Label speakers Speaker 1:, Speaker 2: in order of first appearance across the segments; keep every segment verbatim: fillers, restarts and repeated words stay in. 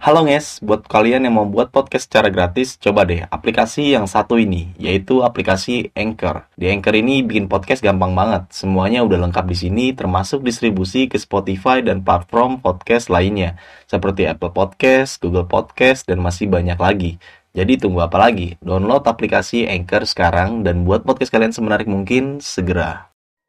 Speaker 1: Halo guys, buat kalian yang mau buat podcast secara gratis, coba deh aplikasi yang satu ini, yaitu aplikasi Anchor. Di Anchor ini bikin podcast gampang banget. Semuanya udah lengkap di sini, termasuk distribusi ke Spotify dan platform podcast lainnya, seperti Apple Podcast, Google Podcast, dan masih banyak lagi. Jadi tunggu apa lagi? Download aplikasi Anchor sekarang dan buat podcast kalian semenarik mungkin segera.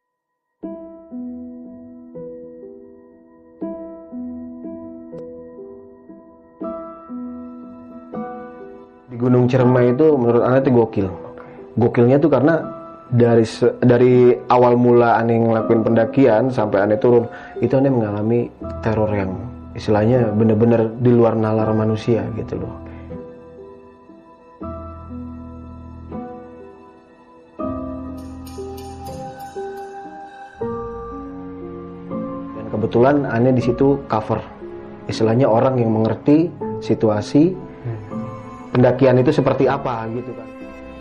Speaker 2: Di Gunung Ciremai itu menurut Ane itu gokil. Gokilnya tuh karena dari se- dari awal mula Ane ngelakuin pendakian sampai Ane turun, itu Ane mengalami teror yang istilahnya bener-bener di luar nalar manusia gitu loh. Dan kebetulan Ane di situ cover. Istilahnya orang yang mengerti situasi pendakian itu seperti apa gitu kan.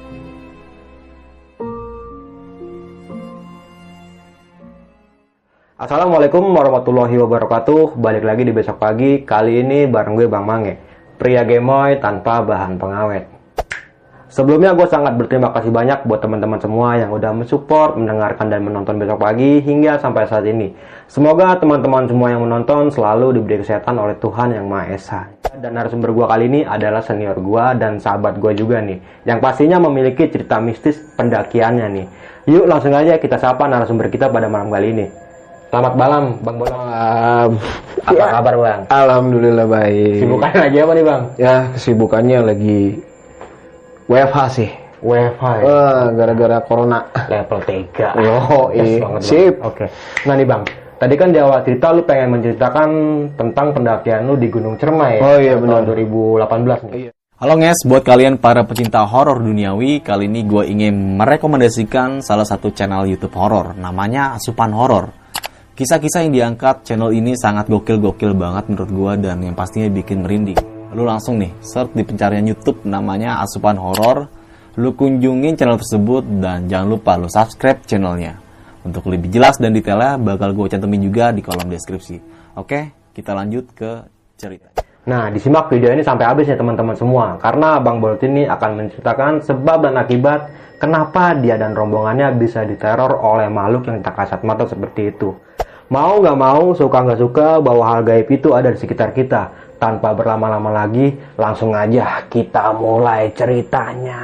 Speaker 3: Assalamualaikum warahmatullahi wabarakatuh. Balik lagi di besok pagi. Kali ini bareng gue Bang Mange, pria gemoy tanpa bahan pengawet. Sebelumnya gue sangat berterima kasih banyak buat teman-teman semua yang udah mensupport, mendengarkan dan menonton besok pagi hingga sampai saat ini. Semoga teman-teman semua yang menonton selalu diberi kesehatan oleh Tuhan Yang Maha Esa. Dan narasumber gue kali ini adalah senior gue dan sahabat gue juga nih, yang pastinya memiliki cerita mistis pendakiannya nih. Yuk langsung aja kita sapa narasumber kita pada malam kali ini. Selamat malam Bang Bolong.
Speaker 2: Um,
Speaker 3: Apa
Speaker 2: ya,
Speaker 3: kabar Bang?
Speaker 2: Alhamdulillah baik.
Speaker 3: Sibukannya lagi apa nih Bang?
Speaker 2: Ya kesibukannya lagi W F H sih.
Speaker 3: W F H ya?
Speaker 2: Wah, gara-gara corona.
Speaker 3: Level tiga.
Speaker 2: Yo,
Speaker 3: Yes
Speaker 2: iya.
Speaker 3: banget, Bang.
Speaker 2: Sip.
Speaker 3: Oke. Nah nih Bang, tadi kan di awal cerita lu pengen menceritakan tentang pendakian lu di Gunung Ciremai.
Speaker 2: Oh iya,
Speaker 3: tahun
Speaker 2: benar.
Speaker 3: dua ribu delapan belas nih.
Speaker 2: Iya.
Speaker 1: Halo guys, buat kalian para pecinta horor duniawi, kali ini gue ingin merekomendasikan salah satu channel YouTube horor, namanya Asupan Horor. Kisah-kisah yang diangkat channel ini sangat gokil-gokil banget menurut gue dan yang pastinya bikin merinding. Lu langsung nih search di pencarian YouTube namanya Asupan Horor, lu kunjungin channel tersebut dan jangan lupa lu subscribe channelnya. Untuk lebih jelas dan detailnya bakal gue cantumin juga di kolom deskripsi. Oke, kita lanjut ke cerita.
Speaker 3: Nah, disimak video ini sampai habis ya teman-teman semua, karena Bang Bolt ini akan menceritakan sebab dan akibat kenapa dia dan rombongannya bisa diteror oleh makhluk yang tak kasat mata seperti itu. Mau nggak mau, suka nggak suka, bahwa hal gaib itu ada di sekitar kita. Tanpa berlama-lama lagi, langsung aja kita mulai ceritanya.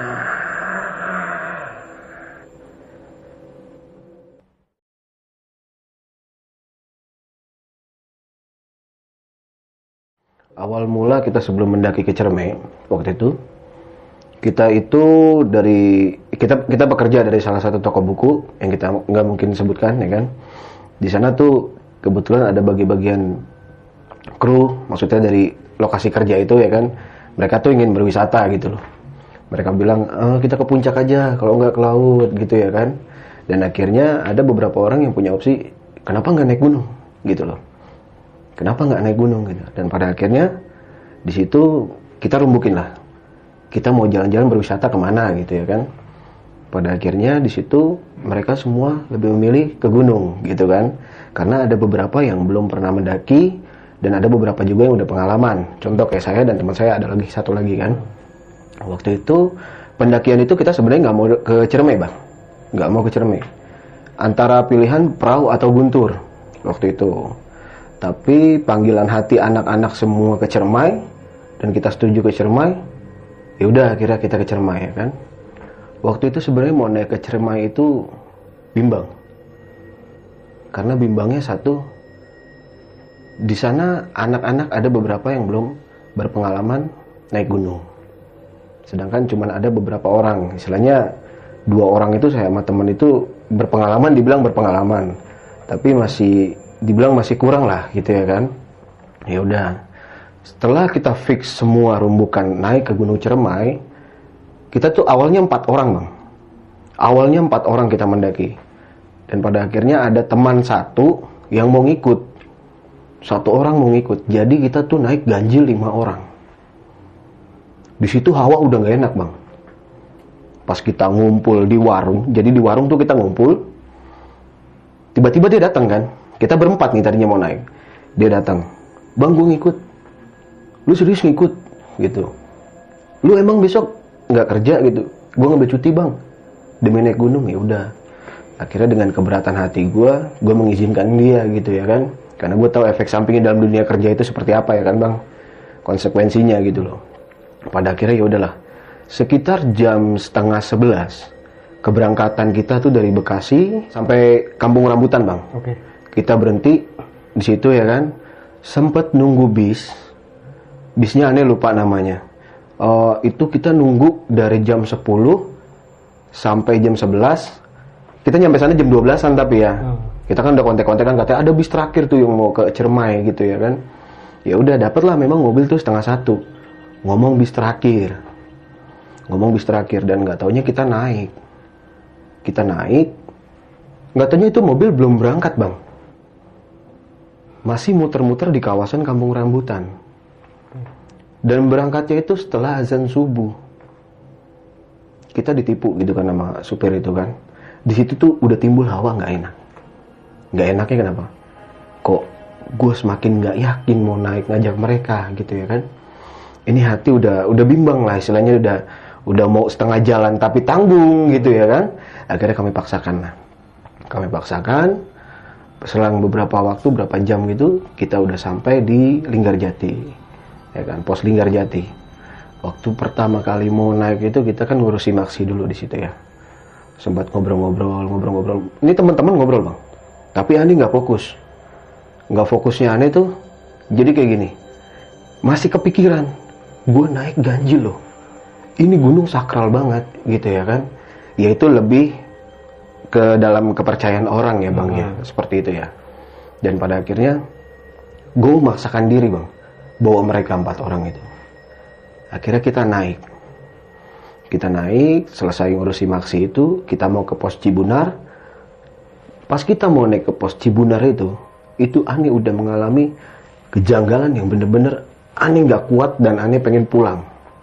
Speaker 2: Awal mula kita sebelum mendaki ke Ciremai waktu itu, kita itu dari kita kita bekerja dari salah satu toko buku yang kita nggak mungkin sebutkan ya kan. Di sana tuh kebetulan ada bagi-bagian kru, maksudnya dari lokasi kerja itu ya kan. Mereka tuh ingin berwisata gitu loh. Mereka bilang eh, kita ke puncak aja, kalau nggak ke laut gitu ya kan. Dan akhirnya ada beberapa orang yang punya opsi, kenapa nggak naik gunung gitu loh. Kenapa nggak naik gunung gitu. Dan pada akhirnya di situ kita rumbukin lah. Kita mau jalan-jalan berwisata kemana gitu ya kan. Pada akhirnya di situ mereka semua lebih memilih ke gunung gitu kan. Karena ada beberapa yang belum pernah mendaki dan ada beberapa juga yang udah pengalaman. Contoh kayak saya dan teman saya ada lagi satu lagi kan. Waktu itu pendakian itu kita sebenarnya nggak mau ke Ciremai bang, nggak mau ke Ciremai. Antara pilihan perahu atau guntur waktu itu. Tapi panggilan hati anak-anak semua ke Ciremai dan kita setuju ke Ciremai. Ya udah akhirnya kita ke Ciremai ya kan. Waktu itu sebenarnya mau naik ke Ciremai itu bimbang. Karena bimbangnya satu, di sana anak-anak ada beberapa yang belum berpengalaman naik gunung. Sedangkan cuma ada beberapa orang, istilahnya dua orang itu saya sama teman itu berpengalaman, dibilang berpengalaman. Tapi masih dibilang masih kurang lah gitu ya kan. Ya udah. Setelah kita fix semua rumbukan naik ke Gunung Ciremai, kita tuh awalnya empat orang bang. Awalnya empat orang kita mendaki. Dan pada akhirnya ada teman satu yang mau ngikut. Satu orang mau ngikut. Jadi kita tuh naik ganjil lima orang. Di situ hawa udah nggak enak bang. Pas kita ngumpul di warung, jadi di warung tuh kita ngumpul. Tiba-tiba dia datang kan. Kita berempat nih tadinya mau naik. Dia datang. Bang, gue ngikut. lu serius ngikut gitu, lu emang besok nggak kerja gitu, gue ngambil cuti bang demi naik gunung. Ya udah, akhirnya dengan keberatan hati gue gue mengizinkan dia gitu ya kan, karena gue tahu efek sampingnya dalam dunia kerja itu seperti apa ya kan bang, konsekuensinya gitu loh. Pada akhirnya ya udahlah, sekitar jam setengah sebelas keberangkatan kita tuh dari Bekasi sampai Kampung Rambutan bang.
Speaker 3: Oke.
Speaker 2: Kita berhenti di situ ya kan, sempet nunggu bis, bisnya aneh lupa namanya. Uh, itu kita nunggu dari jam sepuluh sampai jam sebelas. Kita nyampe sana jam dua belasan tapi ya. Hmm. Kita kan udah kontak-kontak kan, katanya ada bis terakhir tuh yang mau ke Ciremai gitu ya kan. Ya udah, dapatlah memang mobil tuh setengah satu. Ngomong bis terakhir. Ngomong bis terakhir dan nggak taunya kita naik. Kita naik, nggak taunya itu mobil belum berangkat bang. Masih muter-muter di kawasan Kampung Rambutan. Dan berangkatnya itu setelah azan subuh. Kita ditipu gitu kan sama supir itu kan. Di situ tuh udah timbul hawa nggak enak. Nggak enaknya kenapa? Kok gue semakin nggak yakin mau naik ngajak mereka gitu ya kan. Ini hati udah udah bimbang lah, istilahnya udah udah mau setengah jalan tapi tanggung gitu ya kan. Akhirnya kami paksakan lah. Kami paksakan. Selang beberapa waktu, berapa jam gitu, kita udah sampai di Linggarjati, ya kan, pos Linggarjati. Waktu pertama kali mau naik itu kita kan ngurusi maksi dulu di situ ya. Sempat ngobrol-ngobrol, ngobrol-ngobrol. Ini teman-teman ngobrol bang, tapi Ani nggak fokus, nggak fokusnya Ani tuh. Jadi kayak gini, masih kepikiran, gue naik ganjil loh. Ini gunung sakral banget gitu ya kan. Yaitu lebih ke dalam kepercayaan orang ya bang, hmm. ya seperti itu ya. Dan pada akhirnya gue memaksakan diri bang, bawa mereka empat orang itu. Akhirnya kita naik kita naik selesai ngurusi maksi itu, kita mau ke pos Cibunar. Pas kita mau naik ke pos Cibunar itu itu Ani udah mengalami kejanggalan yang bener-bener Ani gak kuat dan Ani pengen pulang.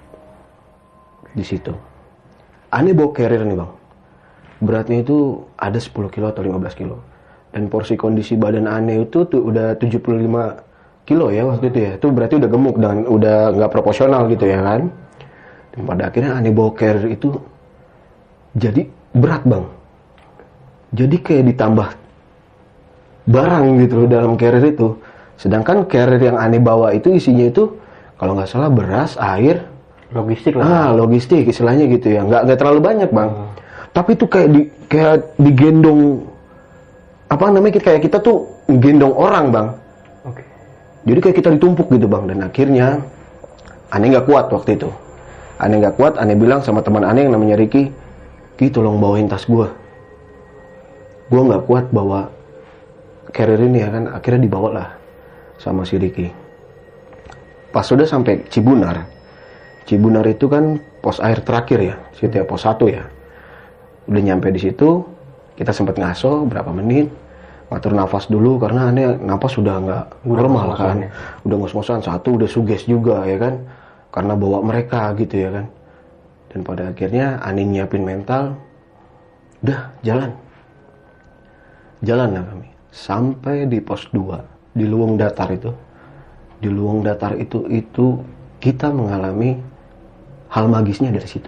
Speaker 2: Di situ Ani bawa carrier nih bang, beratnya itu ada sepuluh kilo atau lima belas kilo. Dan porsi kondisi badan Ane itu tuh udah tujuh puluh lima kilo ya waktu itu ya. Itu berarti udah gemuk dan udah nggak proporsional gitu ya kan. Dan pada akhirnya Ane bawa carrier itu jadi berat bang. Jadi kayak ditambah barang gitu loh dalam carrier itu. Sedangkan carrier yang Ane bawa itu isinya itu kalau nggak salah beras, air,
Speaker 3: logistik lah.
Speaker 2: Ah, logistik istilahnya gitu ya. Nggak nggak terlalu banyak bang. Hmm. Tapi itu kayak di kayak digendong, apa namanya, kayak kita tuh gendong orang bang. Oke. Okay. Jadi kayak kita ditumpuk gitu bang. Dan akhirnya Ane nggak kuat waktu itu. Ane nggak kuat. Ane bilang sama teman Ane yang namanya Ricky, Ki tolong bawain tas gue. Gue nggak kuat bawa carrier ini ya kan. Akhirnya dibawa lah sama si Ricky. Pas sudah sampai Cibunar. Cibunar itu kan pos air terakhir ya. Situ ya, pos satu ya. Udah nyampe di situ, kita sempat ngaso berapa menit, ngatur nafas dulu karena Ane nafas sudah nggak normal kan, udah ngos-ngosan. Satu udah suges juga ya kan, karena bawa mereka gitu ya kan. Dan pada akhirnya Ane nyiapin mental, udah jalan, jalan lah kami sampai di pos dua di Luwung Datar itu. Di Luwung Datar itu itu kita mengalami hal magisnya dari situ.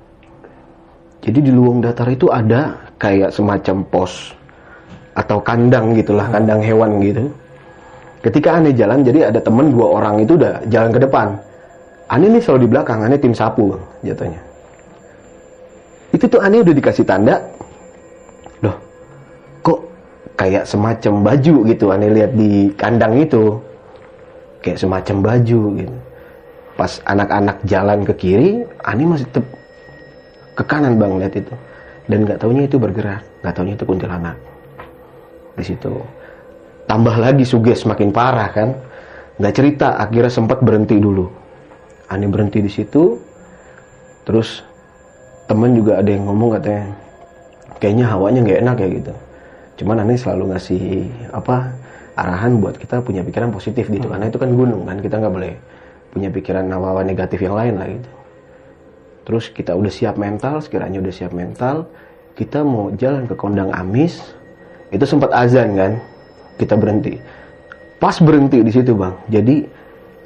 Speaker 2: Jadi di Luwung Datar itu ada kayak semacam pos atau kandang gitulah, kandang hewan gitu. Ketika Ane jalan, jadi ada temen dua orang itu udah jalan ke depan. Ane nih selalu di belakang, Ane tim sapu bang, jatuhnya. Itu tuh Ane udah dikasih tanda, loh, kok kayak semacam baju gitu. Ane lihat di kandang itu, kayak semacam baju gitu. Pas anak-anak jalan ke kiri, Ane masih tetap ke kanan bang, lihat itu. Dan nggak taunya itu bergerak, nggak taunya itu kuntilanak. Di situ tambah lagi suges semakin parah kan, nggak cerita. Akhirnya sempat berhenti dulu. Ane berhenti di situ. Terus temen juga ada yang ngomong katanya, kayaknya hawanya nggak enak ya gitu. Cuman Ane selalu ngasih apa arahan buat kita punya pikiran positif gitu. Hmm. Karena itu kan gunung kan, kita nggak boleh punya pikiran hawa-hawa negatif yang lain lah gitu. Terus kita udah siap mental, sekiranya udah siap mental, kita mau jalan ke Kondang Amis. Itu sempat azan kan, kita berhenti. Pas berhenti di situ bang, jadi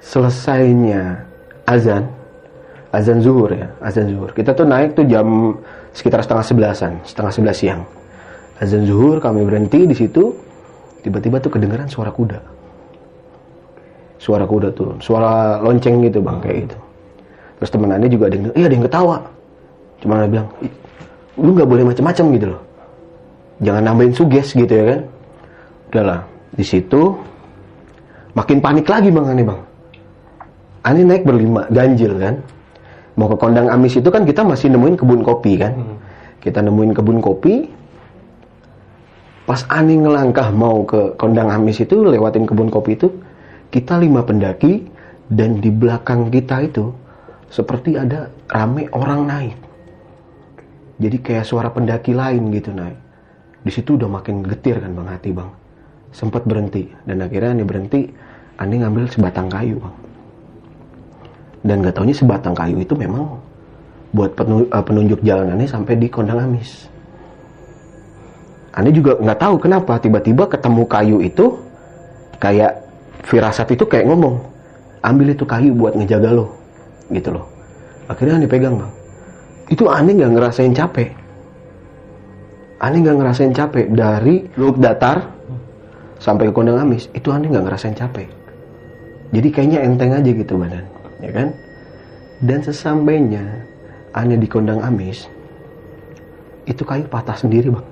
Speaker 2: selesainya azan, azan zuhur ya, azan zuhur. Kita tuh naik tuh jam sekitar setengah sebelasan, setengah sebelas siang. Azan zuhur, kami berhenti di situ. Tiba-tiba tuh kedengeran suara kuda. Suara kuda tuh, suara lonceng gitu bang, kayak gitu. Terus temen Ane juga ada yang, iya ada yang ketawa. Cuma Ane bilang, lu nggak boleh macam-macam gitu loh. Jangan nambahin suges gitu ya kan. Udahlah, di situ makin panik lagi bang Ane bang. Ane naik berlima, ganjil kan. Mau ke Kondang Amis itu kan kita masih nemuin kebun kopi kan. Hmm. Kita nemuin kebun kopi. Pas Ane ngelangkah mau ke Kondang Amis itu, lewatin kebun kopi itu, kita lima pendaki, dan di belakang kita itu seperti ada rame orang naik. Jadi kayak suara pendaki lain gitu naik. Di situ udah makin getir kan bang hati bang. Sempat berhenti, dan akhirnya Ane berhenti, Ane ngambil sebatang kayu bang. Dan gak taunya sebatang kayu itu memang buat penunjuk jalan Ane sampai di Kondang Amis. Ane juga nggak tahu kenapa tiba-tiba ketemu kayu itu, kayak firasat itu kayak ngomong, ambil itu kayu buat ngejaga lo, gitu loh. Akhirnya Ane pegang bang. Itu Ane nggak ngerasain capek. Ane nggak ngerasain capek dari Lubuk Datar sampai ke Kondang Amis. Itu Ane nggak ngerasain capek. Jadi kayaknya enteng aja gitu badan, ya kan? Dan sesampainya Ane di Kondang Amis, itu kayu patah sendiri bang.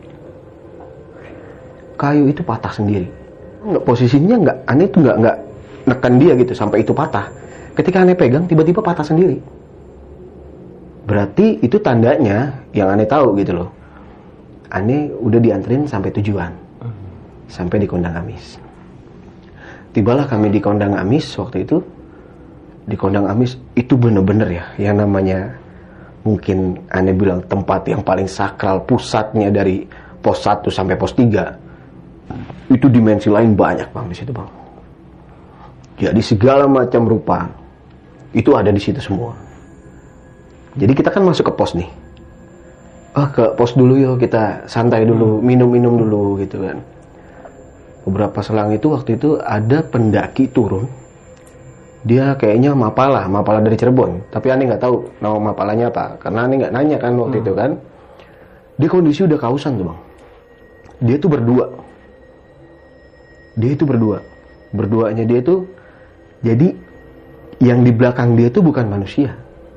Speaker 2: Kayu itu patah sendiri. Nggak, posisinya nggak, Ane itu nggak nggak nekan dia gitu sampai itu patah. Ketika Ane pegang, tiba-tiba patah sendiri. Berarti itu tandanya yang Ane tahu gitu loh. Ane udah dianterin sampai tujuan, sampai di Kondang Amis. Tibalah kami di Kondang Amis waktu itu. Di Kondang Amis itu bener-bener ya, yang namanya mungkin Ane bilang tempat yang paling sakral, pusatnya dari pos satu sampai pos tiga. Itu dimensi lain banyak bang di situ bang. Jadi segala macam rupa itu ada di situ semua. Jadi kita kan masuk ke pos nih. Ah, ke pos dulu yuk, kita santai dulu, minum-minum dulu gitu kan. Beberapa selang itu waktu itu ada pendaki turun. Dia kayaknya Mapala, Mapala dari Cirebon. Tapi Ane nggak tahu nama Mapalanya apa, karena Ane nggak nanya kan waktu hmm. itu kan. Dia kondisi udah kausan tuh bang. Dia tuh berdua. Dia itu berdua. Berduanya dia tuh, jadi yang di belakang dia tuh bukan manusia.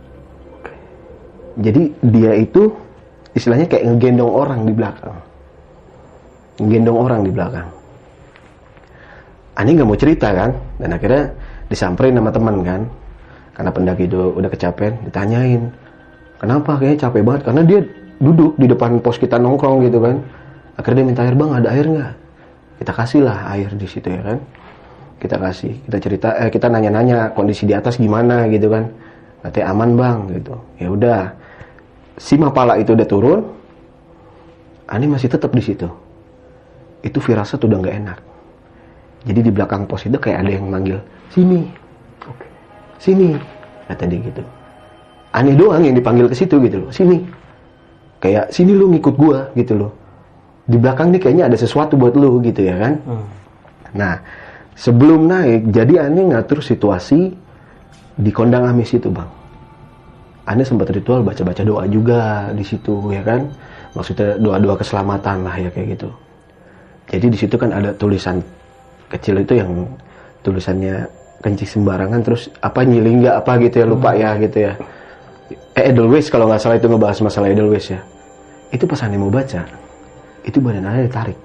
Speaker 2: Jadi dia itu istilahnya kayak ngegendong orang di belakang. Ngegendong orang di belakang. Ane nggak mau cerita kan, dan akhirnya disamperin sama teman kan, karena pendaki itu udah kecapean, ditanyain kenapa, kayaknya capek banget, karena dia duduk di depan pos kita nongkrong gitu kan. Akhirnya dia minta air, bang ada air nggak? Kita kasih lah air di situ ya kan. Kita kasih, kita cerita, eh kita nanya-nanya kondisi di atas gimana gitu kan. Katanya aman bang gitu. Ya udah, si Mapala itu udah turun, Ane masih tetap di situ. Itu firasat udah nggak enak. Jadi di belakang pos itu kayak ada yang manggil, sini, sini, kata dia gitu. Ane doang yang dipanggil ke situ gitu loh, sini. Kayak sini lu ngikut gua gitu loh. Di belakang nih kayaknya ada sesuatu buat lu gitu ya kan. Hmm. Nah, sebelum naik, jadi Ane ngatur situasi di Kondang Amis itu bang. Ane sempat ritual baca-baca doa juga di situ ya kan. Maksudnya doa-doa keselamatan lah ya kayak gitu. Jadi di situ kan ada tulisan kecil itu yang tulisannya kencing sembarangan, terus apa nyilingga apa gitu ya, lupa hmm. ya gitu ya. Eh Edelweiss kalau nggak salah itu ngebahas masalah Edelweiss ya. Itu pas Ane mau baca, itu badan Ane ditarik.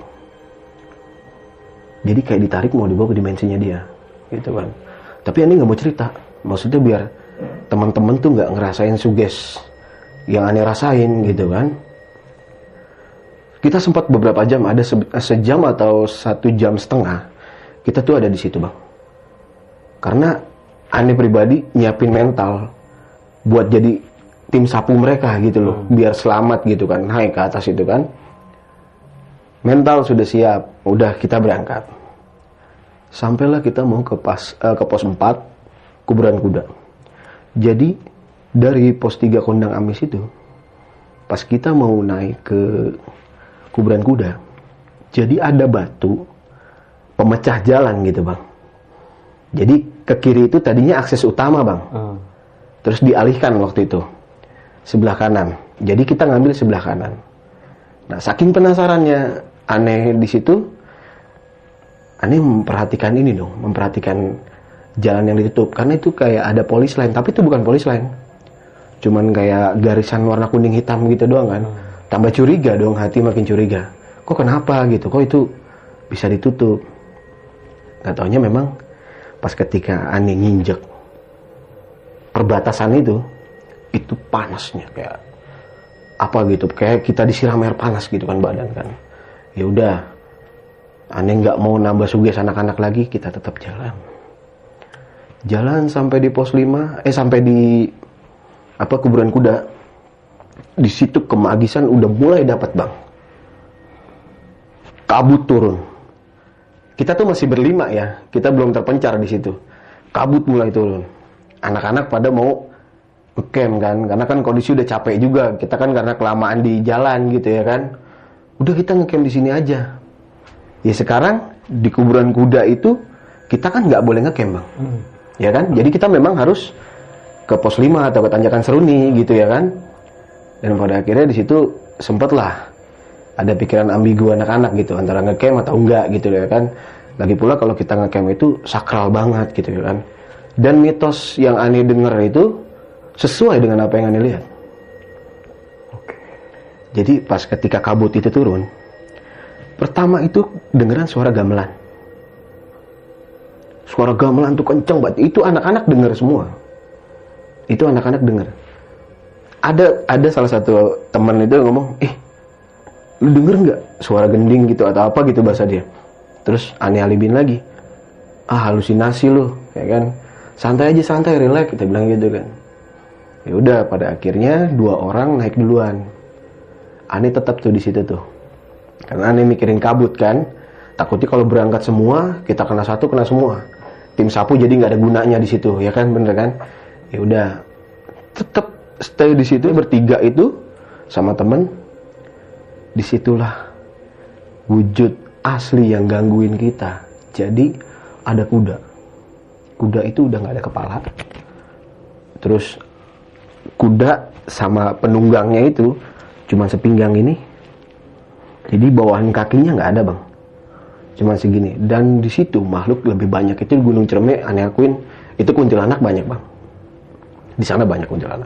Speaker 2: Jadi kayak ditarik mau dibawa ke dimensinya dia, gitu kan. Tapi Ane nggak mau cerita, maksudnya biar teman-teman tuh nggak ngerasain suges yang Ane rasain, gitu kan. Kita sempat beberapa jam, ada se- sejam atau satu jam setengah, kita tuh ada di situ bang. Karena Ane pribadi nyiapin mental buat jadi tim sapu mereka gitu loh, hmm. biar selamat gitu kan, naik ke atas itu kan. Mental sudah siap, udah kita berangkat. Sampailah kita mau ke pas uh, ke pos empat, kuburan kuda. Jadi dari pos tiga Kondang Amis itu, pas kita mau naik ke kuburan kuda, jadi ada batu pemecah jalan gitu bang. Jadi ke kiri itu tadinya akses utama bang,
Speaker 3: Hmm.
Speaker 2: terus dialihkan waktu itu sebelah kanan. Jadi kita ngambil sebelah kanan. Nah saking penasarannya aneh di situ, aneh memperhatikan ini dong, memperhatikan jalan yang ditutup karena itu kayak ada polis line, tapi itu bukan polis line, cuman kayak garisan warna kuning hitam gitu doang kan. Tambah curiga dong, hati makin curiga. Kok kenapa gitu? Kok itu bisa ditutup? Gak taunya memang pas ketika aneh nginjek perbatasan itu, itu panasnya kayak apa gitu, kayak kita disiram air panas gitu kan badan kan. Ya udah, aneh nggak mau nambah suges anak-anak lagi, kita tetap jalan. Jalan sampai di pos lima, eh sampai di apa kuburan kuda. Di situ kemagisan udah mulai dapat bang. Kabut turun. Kita tuh masih berlima ya, kita belum terpencar di situ. Kabut mulai turun. Anak-anak pada mau ngecamp kan, karena kan kondisi udah capek juga. Kita kan karena kelamaan di jalan gitu ya kan. Udah kita ngecamp di sini aja. Ya sekarang di kuburan kuda itu kita kan nggak boleh ngecamp bang. Hmm. Ya kan? Jadi kita memang harus ke pos lima atau ke tanjakan Seruni gitu ya kan. Dan pada akhirnya di situ sempatlah ada pikiran ambigu anak-anak gitu, antara ngecamp atau enggak gitu ya kan. Lagi pula kalau kita ngecamp itu sakral banget gitu ya kan. Dan mitos yang aneh dengar itu sesuai dengan apa yang aneh lihat. Oke. Jadi pas ketika kabut itu turun, pertama itu dengeran suara gamelan. Suara gamelan tuh kenceng banget. Itu anak-anak dengar semua. Itu anak-anak dengar. Ada ada salah satu teman itu ngomong, eh, lu denger nggak suara gending gitu atau apa gitu bahasa dia. Terus aneh alibin lagi, ah halusinasi lu, ya kan? Santai aja, santai, relax, kita bilang gitu kan. Ya udah, pada akhirnya dua orang naik duluan. Aneh tetap tuh di situ tuh, karena aneh mikirin kabut kan. Takutnya kalau berangkat semua, kita kena satu, kena semua. Tim sapu jadi nggak ada gunanya di situ, ya kan, bener kan? Ya udah, tetap stay di situ bertiga itu sama temen. Disitulah wujud asli yang gangguin kita. Jadi ada kuda. Kuda itu udah nggak ada kepala. Terus kuda sama penunggangnya itu cuma sepinggang ini. Jadi bawahan kakinya nggak ada bang. Cuma segini. Dan di situ makhluk lebih banyak itu di Gunung Ciremai. Aneh akuin itu kuntilanak banyak bang. Di sana banyak kuntilanak.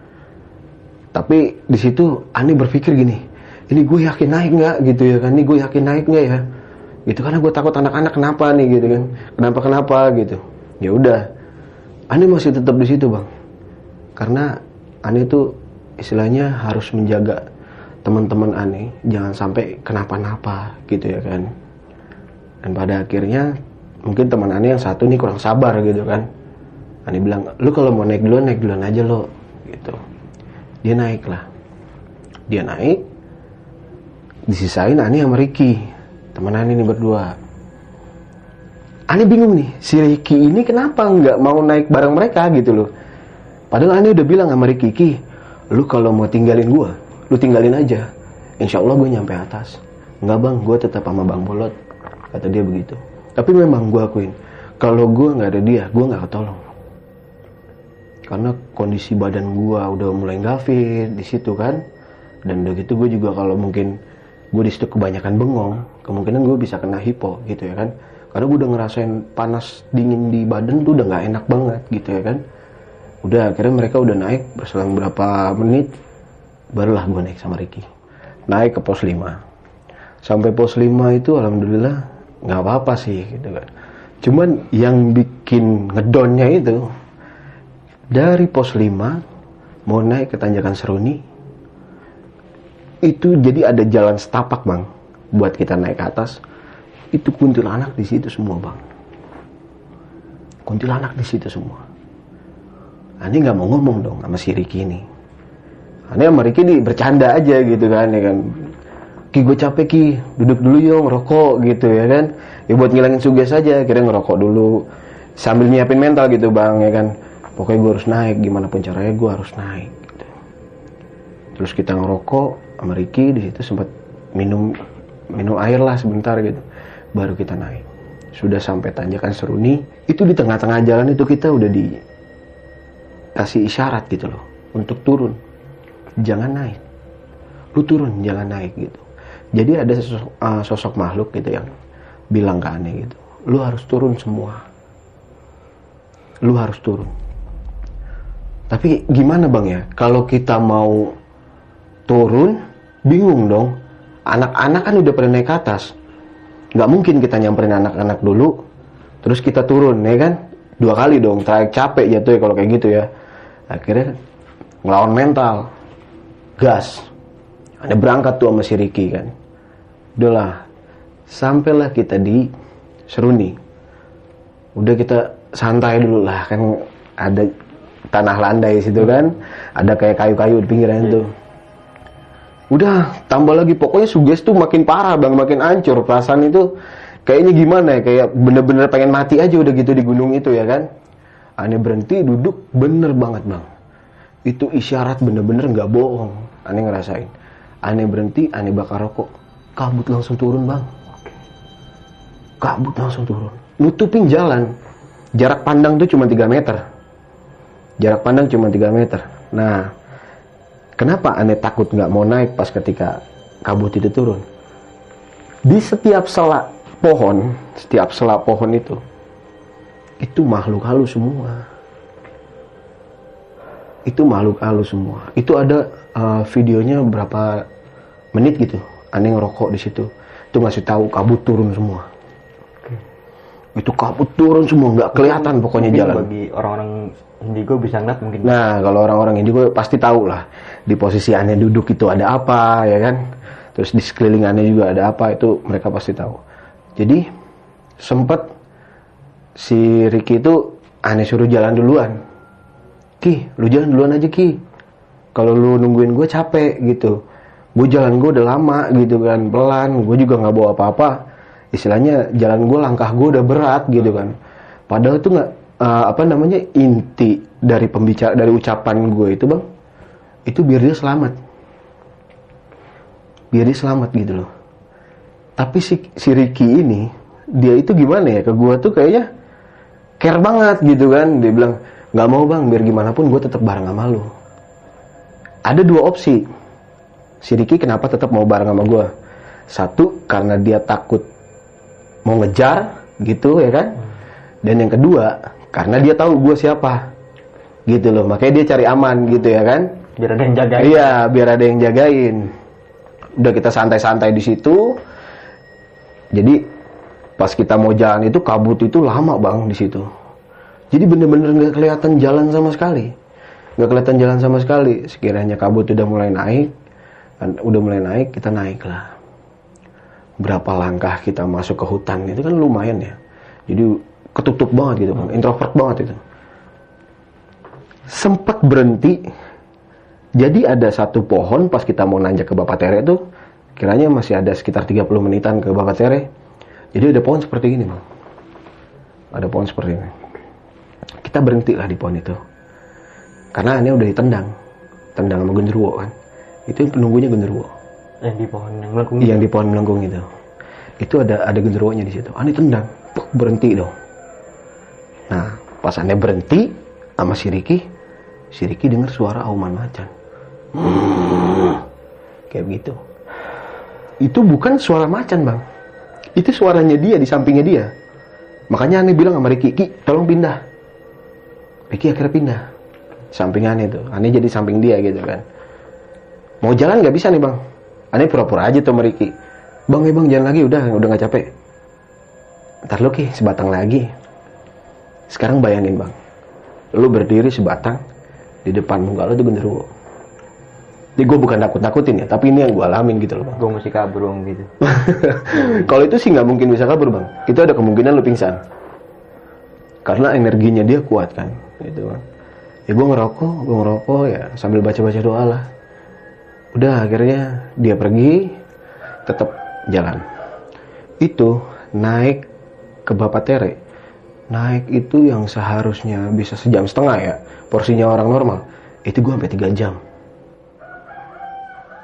Speaker 2: Tapi di situ aneh berpikir gini, ini gue yakin naik nggak gitu ya kan? Ini gue yakin naik nggak ya? Gitu karena gue takut anak-anak kenapa nih gitu kan? Kenapa kenapa gitu? Ya udah, aneh masih tetap di situ bang. Karena aneh itu istilahnya harus menjaga teman-teman aneh jangan sampai kenapa-napa gitu ya kan? Dan pada akhirnya mungkin teman aneh yang satu nih kurang sabar gitu kan. Aneh bilang, lu kalau mau naik duluan, naik duluan aja lo gitu. Dia naik lah. Dia naik. Disisain Ani sama Ricky. Teman Ani ini berdua. Ani bingung nih. Si Ricky ini kenapa nggak mau naik bareng mereka gitu loh. Padahal Ani udah bilang sama Ricky, Ki, lu kalau mau tinggalin gua, lu tinggalin aja. Insya Allah gue nyampe atas. Enggak bang, gue tetap sama Bang Bolot. Kata dia begitu. Tapi memang gue akuin, kalau gue nggak ada dia, gue nggak ketolong. Karena kondisi badan gue udah mulai nggak fit di situ kan. Dan udah gitu gue juga kalau mungkin gue di situ kebanyakan bengong, kemungkinan gue bisa kena hipo gitu ya kan. Karena gue udah ngerasain panas dingin di badan tuh udah nggak enak banget gitu ya kan. Udah akhirnya mereka udah naik, berselang berapa menit barulah gue naik sama Ricky. Naik ke pos lima. Sampai pos lima itu alhamdulillah nggak apa-apa sih gitu kan. Cuman yang bikin ngedonnya itu dari pos lima mau naik ke tanjakan Seruni itu jadi ada jalan setapak bang buat kita naik ke atas. Itu kuntilanak di situ semua bang. Kuntilanak di situ semua. Ani nggak mau ngomong dong sama si Ricky ini. Ani sama Ricky ini bercanda aja gitu kan ya kan. Ki gue capek Ki, duduk dulu yo ngerokok gitu ya kan. Ya buat ngilangin suges aja, kira ngerokok dulu sambil nyiapin mental gitu bang ya kan. Pokoknya gue harus naik, gimana pun caranya gue harus naik. Gitu. Terus kita ngerokok sama Ricky di situ sempat minum minum air lah sebentar gitu. Baru kita naik. Sudah sampai tanjakan Seruni, itu di tengah-tengah jalan itu kita udah dikasih isyarat gitu loh, untuk turun, jangan naik, lu turun, jangan naik gitu. Jadi ada sosok, uh, sosok makhluk gitu yang bilang ke Ane gitu, lu harus turun semua, lu harus turun. Tapi gimana bang ya, kalau kita mau turun, bingung dong, anak-anak kan udah pada naik ke atas. Nggak mungkin kita nyamperin anak-anak dulu, terus kita turun, ya kan? Dua kali dong, trayek capek jatuh ya kalau kayak gitu ya. Akhirnya ngelawan mental, gas. Ada berangkat tuh sama si Ricky kan. Udahlah, sampailah kita di Seruni. Udah kita santai dulu lah, kan ada tanah landai situ kan, ada kayak kayu-kayu di pinggiran tuh. Udah, tambah lagi, pokoknya suges tuh makin parah bang, makin hancur. Perasaan itu kayaknya gimana ya, kayak bener-bener pengen mati aja udah gitu di gunung itu ya kan. Ane berhenti duduk, bener banget bang. Itu isyarat bener-bener gak bohong. Ane ngerasain. Ane berhenti, Ane bakar rokok. Kabut langsung turun bang. Kabut langsung turun. Nutupin jalan. Jarak pandang tuh cuma tiga meter. Jarak pandang cuma tiga meter. Nah, kenapa Ane takut nggak mau naik pas ketika kabut itu turun? Di setiap sela pohon, setiap sela pohon itu, itu makhluk halus semua. Itu makhluk halus semua. Itu ada uh, videonya berapa menit gitu. Ane ngerokok di situ. Itu ngasih tahu kabut turun semua. Itu kabut turun semua, nggak kelihatan pokoknya
Speaker 3: mungkin
Speaker 2: jalan.
Speaker 3: Bagi orang-orang Indigo bisa ngeliat mungkin.
Speaker 2: Nah, kalau orang-orang Indigo pasti tahu lah di posisi Ane duduk itu ada apa, ya kan? Terus di sekeliling Ane juga ada apa, itu mereka pasti tahu. Jadi sempat si Ricky itu Ane suruh jalan duluan. Ki, lu jalan duluan aja Ki. Kalau lu nungguin gue capek gitu. Gue jalan gue udah lama gitu kan, pelan. Gue juga nggak bawa apa-apa. Istilahnya jalan gue, langkah gue udah berat gitu kan. Padahal itu nggak uh, apa namanya inti dari pembicara, dari ucapan gue itu bang, itu biar dia selamat, biar dia selamat gitu loh. Tapi si, si Ricky ini, dia itu gimana ya, ke gue tuh kayaknya care banget gitu kan. Dia bilang, nggak mau bang, biar gimana pun gue tetap bareng sama lu. Ada dua opsi, si Ricky kenapa tetap mau bareng sama gue. Satu, karena dia takut mau ngejar gitu ya kan. Dan yang kedua, karena dia tahu gue siapa gitu loh, makanya dia cari aman gitu ya kan.
Speaker 3: Biar ada yang jagain.
Speaker 2: Iya, biar ada yang jagain. Udah kita santai-santai di situ. Jadi pas kita mau jalan itu kabut itu lama bang di situ. Jadi bener-bener nggak kelihatan jalan sama sekali, nggak kelihatan jalan sama sekali. Sekiranya kabut udah mulai naik, udah mulai naik, kita naik lah. Berapa langkah kita masuk ke hutan itu kan lumayan ya. Jadi ketutup banget gitu bang, introvert banget itu. Sempat berhenti. Jadi ada satu pohon pas kita mau nanjak ke Bapatere itu, kiranya masih ada sekitar tiga puluh menitan ke Bapatere. Jadi ada pohon seperti ini bang. Ada pohon seperti ini. Kita berhenti lah di pohon itu. Karena ini udah ditendang. Tendang sama genderuwo kan. Itu penunggunya genderuwo.
Speaker 3: Yang di pohon yang melengkung.
Speaker 2: Yang di pohon melengkung itu. Itu ada ada genderuwonya di situ. Ane tendang. Puk, berhenti dong. Nah, pas Ane berhenti sama si Ricky, si Ricky dengar suara auman macan. Hmm, kayak begitu. Itu bukan suara macan bang, itu suaranya dia di sampingnya dia. Makanya Ane bilang sama Ricky, Ki tolong pindah. Ricky akhirnya pindah samping Ane tuh. Ane jadi samping dia gitu kan. Mau jalan nggak bisa nih bang. Ane pura-pura aja tuh sama Ricky. Bang ya bang jalan lagi, udah udah nggak capek. Ntar lu Ki sebatang lagi. Sekarang bayangin bang, lu berdiri sebatang di depan muka lu tuh genderuwo. Jadi gue bukan takut-takutin ya, tapi ini yang gue alamin gitu loh bang.
Speaker 3: Gue mesti kabur bang gitu.
Speaker 2: Kalau itu sih nggak mungkin bisa kabur bang. Itu ada kemungkinan lu pingsan. Karena energinya dia kuat kan, gitu kan. Ya gue ngerokok, gue ngerokok ya sambil baca-baca doa lah. Udah akhirnya dia pergi, tetap jalan. Itu naik ke Bapatere. Naik itu yang seharusnya bisa sejam setengah ya, porsinya orang normal. Itu gue sampai tiga jam.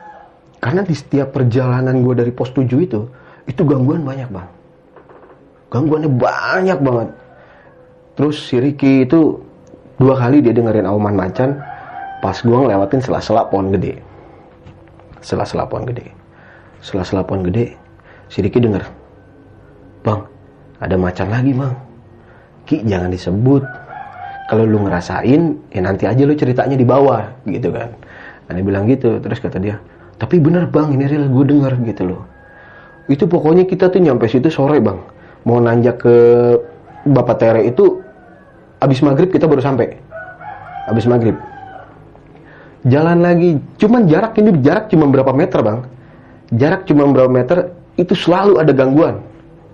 Speaker 2: Karena di setiap perjalanan gue dari pos tujuh itu, itu gangguan banyak bang. gangguannya banyak banget. Terus si Ricky itu dua kali dia dengerin auman macan pas gue ngelewatin sela-sela pohon gede. Sela-sela pohon gede. Sela-sela pohon gede, si Ricky denger, bang, ada macan lagi bang. Ki, jangan disebut. Kalau lu ngerasain, ya nanti aja lu ceritanya di bawah, gitu kan. Aneh bilang gitu, terus kata dia, tapi bener bang, ini real gue denger, gitu loh. Itu pokoknya kita tuh nyampe situ sore bang. Mau nanjak ke Bapak Tere itu, abis maghrib kita baru sampai. Abis maghrib. Jalan lagi, cuman jarak ini jarak cuma berapa meter bang. Jarak cuma berapa meter, itu selalu ada gangguan.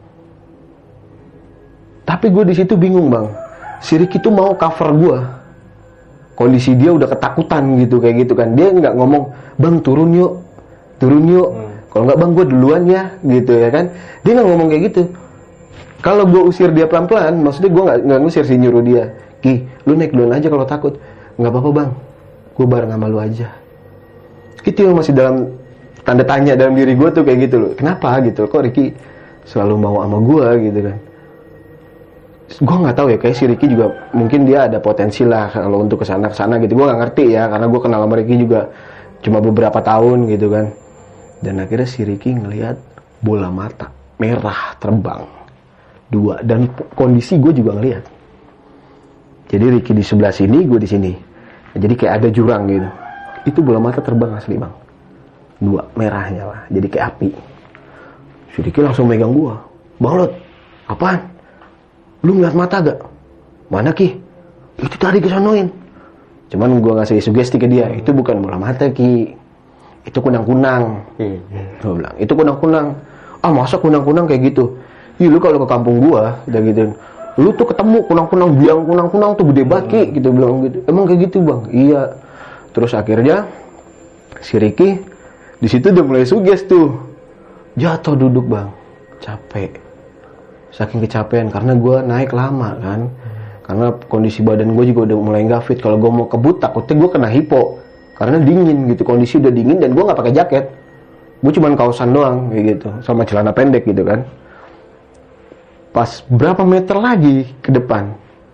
Speaker 2: Tapi gue di situ bingung bang. Si Ricky tuh mau cover gue. Kondisi dia udah ketakutan gitu kayak gitu kan. Dia nggak ngomong, bang turun yuk, turun yuk. Hmm. Kalau nggak bang gue duluan ya, gitu ya kan. Dia nggak ngomong kayak gitu. Kalau gue usir dia pelan-pelan, maksudnya gue nggak nggak ngusir sih, nyuruh dia, Ki, lu naik duluan aja kalau takut. Nggak apa-apa bang, gue bareng sama lu aja. Itu yang masih dalam tanda tanya dalam diri gue tuh kayak gitu loh. Kenapa gitu? Kok Ricky selalu mau sama gue gitu kan? Gue nggak tahu ya. Kayak si Ricky juga mungkin dia ada potensi lah kalau untuk kesana kesana gitu. Gue nggak ngerti ya karena gue kenal sama Ricky juga cuma beberapa tahun gitu kan. Dan akhirnya si Ricky ngelihat bola mata merah terbang dua dan kondisi gue juga ngelihat. Jadi Ricky di sebelah sini, gue di sini. Jadi kayak ada jurang gitu. Itu bola mata terbang asli bang. Dua merahnya lah, jadi kayak api. Si Ricky langsung megang gua. Bang Lot, apaan? Lu ngeliat mata gak? Mana Ki? Itu tadi kesanoin. Cuman gua ngasih sugesti ke dia, itu bukan bola mata Ki, itu kunang-kunang. Hmm. Gua bilang, itu kunang-kunang. Ah masa kunang-kunang kayak gitu? Ih lu kalau ke kampung gua, udah gitu. Lu tuh ketemu kunang-kunang, biang kunang-kunang tuh gede banget Ki, gitu bilang gitu. Emang kayak gitu bang? Iya. Terus akhirnya si Ricky di situ udah mulai suges tuh, jatuh duduk bang, capek, saking kecapean karena gue naik lama kan, hmm. karena kondisi badan gue juga udah mulai nggak fit. Kalau gue mau kebut takutnya gue kena hipo karena dingin gitu, kondisi udah dingin dan gue nggak pakai jaket, gue cuman kaosan doang kayak gitu, sama celana pendek gitu kan. Pas berapa meter lagi ke depan,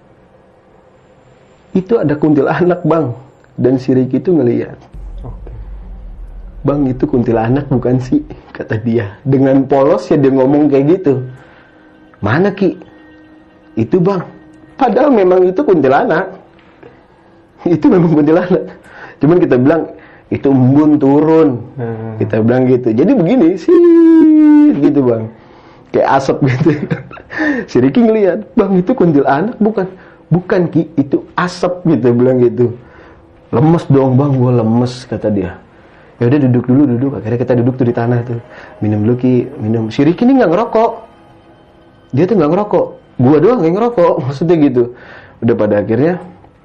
Speaker 2: itu ada kuntilanak bang, dan si Ricky itu ngeliat. Bang itu kuntilanak bukan sih, kata dia. Dengan polos ya dia ngomong kayak gitu. Mana Ki? Itu bang. Padahal memang itu kuntilanak. Itu memang kuntilanak. Cuman kita bilang itu embun turun. Hmm. Kita bilang gitu. Jadi begini sih, gitu bang. Kayak asap gitu. Si Ricky ngeliat, bang itu kuntilanak bukan? Bukan Ki, itu asap gitu, bilang gitu. Lemes dong bang, gue lemes, kata dia. Ya udah duduk dulu duduk. Akhirnya kita duduk tuh di tanah tuh. Minum dulu Ki, minum. Si Ricky ini nggak ngerokok. Dia tuh nggak ngerokok. Gua doang yang ngerokok. Maksudnya gitu. Udah pada akhirnya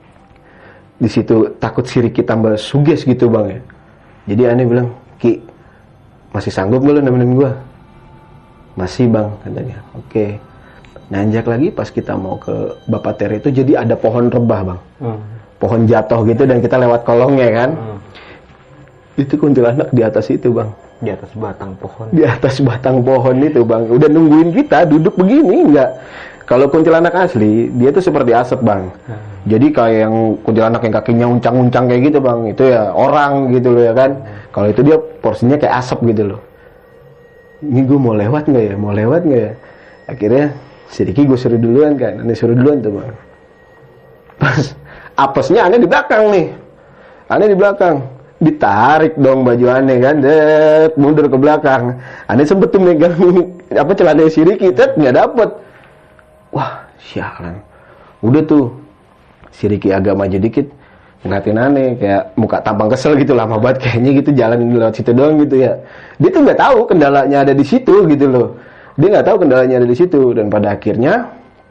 Speaker 2: di situ takut si Ricky tambah suges gitu bang ya. Jadi aneh bilang, Ki, masih sanggup nggak lu nemenin gua? Masih bang, katanya. Oke. Nanjak lagi pas kita mau ke Bapak Tere itu jadi ada pohon rebah bang. Hmm. Pohon jatuh gitu dan kita lewat kolongnya kan. Hmm. Itu kuntilanak di atas itu bang.
Speaker 3: Di atas batang pohon.
Speaker 2: Di atas batang pohon itu bang. Udah nungguin kita duduk begini enggak. Kalau kuntilanak asli dia tuh seperti asap bang. Hmm. Jadi kayak yang kuntilanak yang kakinya uncang-uncang kayak gitu bang. Itu ya orang gitu loh ya kan. Hmm. Kalau itu dia porsinya kayak asap gitu loh. Ini gue mau lewat nggak ya? Mau lewat nggak ya? Akhirnya si Ricky gue suruh duluan kan. Aneh suruh duluan tuh bang. Pas apesnya aneh di belakang nih. Aneh di belakang. Ditarik dong baju aneh kan, det, mundur ke belakang. Aneh sempet tuh megang apa celana si Ricky, tet, nggak dapet. Wah, sialan. Udah tuh, si Ricky agak maju dikit, ngeliatin aneh, kayak muka tampang kesel gitu, lama banget kayaknya gitu, jalan ini lewat situ doang gitu ya. Dia tuh nggak tahu kendalanya ada di situ gitu loh. Dia nggak tahu kendalanya ada di situ, dan pada akhirnya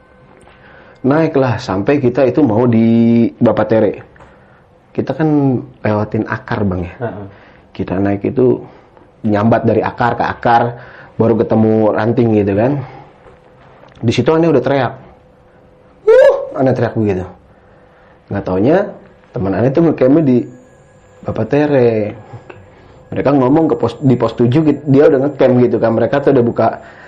Speaker 2: naiklah sampai kita itu mau di Bapak Tere. Kita kan lewatin akar bang ya. Uh-uh. Kita naik itu nyambat dari akar ke akar, baru ketemu ranting gitu kan. Di situ aneh udah teriak. Uh, aneh teriak begitu. Nggak taunya teman aneh tuh nge-campnya di Bapak Tere. Mereka ngomong ke pos, di pos tujuh dia udah nge-camp gitu kan. Mereka tuh udah buka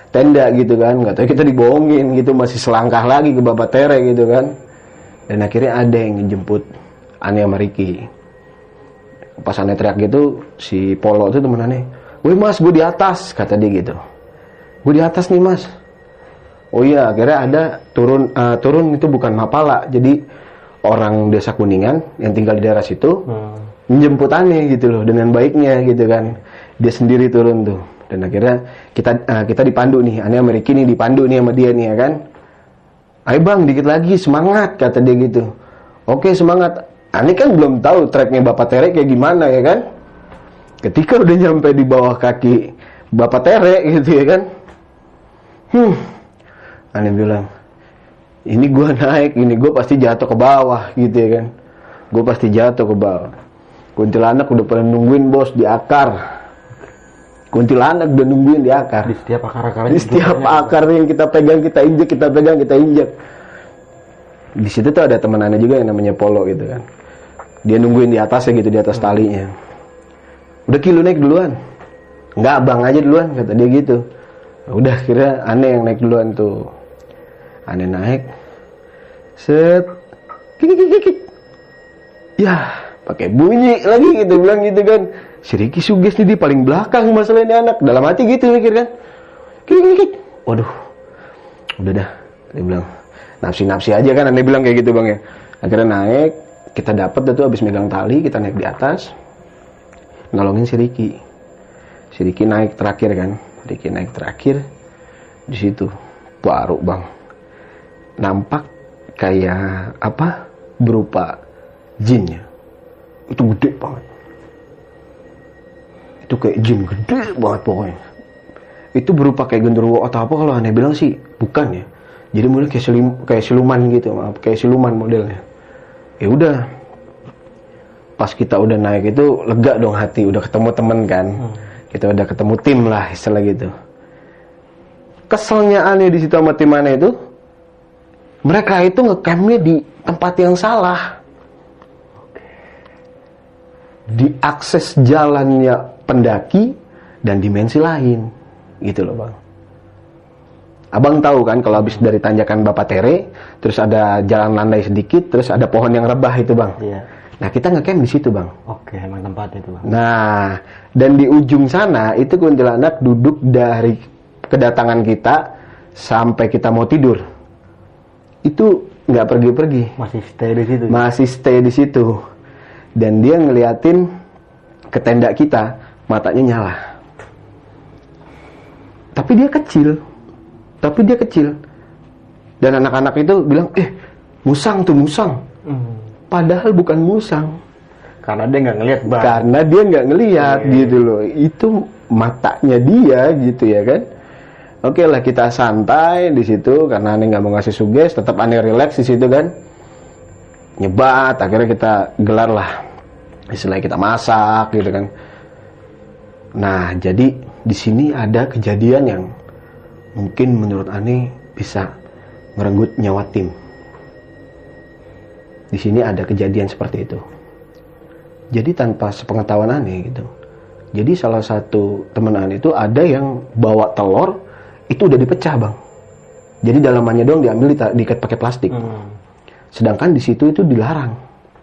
Speaker 2: tenda gitu kan. Nggak tahu kita dibohongin gitu, masih selangkah lagi ke Bapak Tere gitu kan. Dan akhirnya ada yang ngejemput Ane sama Ricky. Pas Ane teriak gitu, si Polo tuh temen Ane, "Woi mas, gue di atas," kata dia gitu. "Gue di atas nih mas." Oh iya, akhirnya ada turun uh, turun itu bukan Mapala, jadi orang desa Kuningan yang tinggal di daerah situ hmm. menjemput Ane gitu loh, dengan baiknya gitu kan. Dia sendiri turun tuh, dan akhirnya kita uh, kita dipandu nih, Ane sama Ricky nih dipandu nih sama dia nih ya kan. "Ayo bang, dikit lagi, semangat," kata dia gitu. "Oke semangat." Ane kan belum tahu treknya Bapak Tere kayak gimana ya kan. Ketika udah nyampe di bawah kaki Bapak Tere gitu ya kan, hmm Ane bilang, "Ini gue naik, ini gue pasti jatuh ke bawah," gitu ya kan. "Gue pasti jatuh ke bawah. Kuntilanak udah pada nungguin bos di akar. Kuntilanak udah nungguin di akar."
Speaker 3: Di setiap akar-akar.
Speaker 2: Di setiap akar yang kita pegang, kita injek, kita pegang, kita injek. Di situ tuh ada teman Ane juga yang namanya Polo gitu kan. Dia nungguin di atasnya gitu, di atas talinya. "Udah Ki, lu naik duluan." "Enggak, abang aja duluan," kata dia gitu. Udah, kira Ane yang naik duluan tuh. Ane naik, set, kik kik kik, ya pakai bunyi lagi gitu, bilang gitu kan. Si Ricky suges nih, dia paling belakang masalah ini anak. Dalam hati gitu mikir kan, kik kik kik, waduh, udah dah. Dia bilang nafsi-nafsi aja kan, Ane bilang kayak gitu bang ya. Akhirnya naik, kita dapat tuh abis megang tali, kita naik di atas, nolongin si Ricky. Si Ricky naik terakhir kan, Ricky naik terakhir, di situ baru bang. Nampak kayak apa, berupa jinnya. Itu gede banget. Itu kayak jin gede banget pokoknya. Itu berupa kayak genderuwo atau apa, kalau Ane bilang sih bukan ya. Jadi mulai kayak, selim, kayak siluman gitu, maaf, kayak siluman modelnya. Ya udah, pas kita udah naik itu lega dong hati, udah ketemu temen kan. Hmm. Kita udah ketemu tim lah istilah gitu. Keselnya Ane di situ sama tim Ane itu, mereka itu ngecampnya di tempat yang salah. Di akses jalannya pendaki dan dimensi lain. Gitu loh bang. Abang tahu kan kalau habis dari tanjakan Bapak Tere, terus ada jalan landai sedikit, terus ada pohon yang rebah itu bang.
Speaker 3: Iya.
Speaker 2: Nah kita ngecamp di situ bang.
Speaker 3: Oke, emang tempatnya itu bang.
Speaker 2: Nah, dan di ujung sana itu kuntilanak duduk dari kedatangan kita sampai kita mau tidur. Itu nggak pergi-pergi,
Speaker 3: masih stay di situ.
Speaker 2: Masih stay di situ. Dan dia ngeliatin ke tenda kita, matanya nyala. Tapi dia kecil. Tapi dia kecil. Dan anak-anak itu bilang, "Eh, musang tuh, musang." Hmm. Padahal bukan musang.
Speaker 3: Karena dia nggak ngelihat bang.
Speaker 2: Karena dia nggak ngelihat yeah. gitu loh. Itu matanya dia gitu ya kan. Oke lah, kita santai di situ karena Ane nggak mau ngasih suges, tetap Ane relax di situ kan. Nyebat, akhirnya kita gelar lah. Istilahnya kita masak gitu kan. Nah, jadi di sini ada kejadian yang mungkin menurut Ane bisa merenggut nyawa tim. Di sini ada kejadian seperti itu. Jadi tanpa sepengetahuan Ane gitu. Jadi salah satu teman Ane itu ada yang bawa telur itu udah dipecah bang. Jadi dalamannya doang diambil, diikat pakai plastik. Hmm. Sedangkan di situ itu dilarang.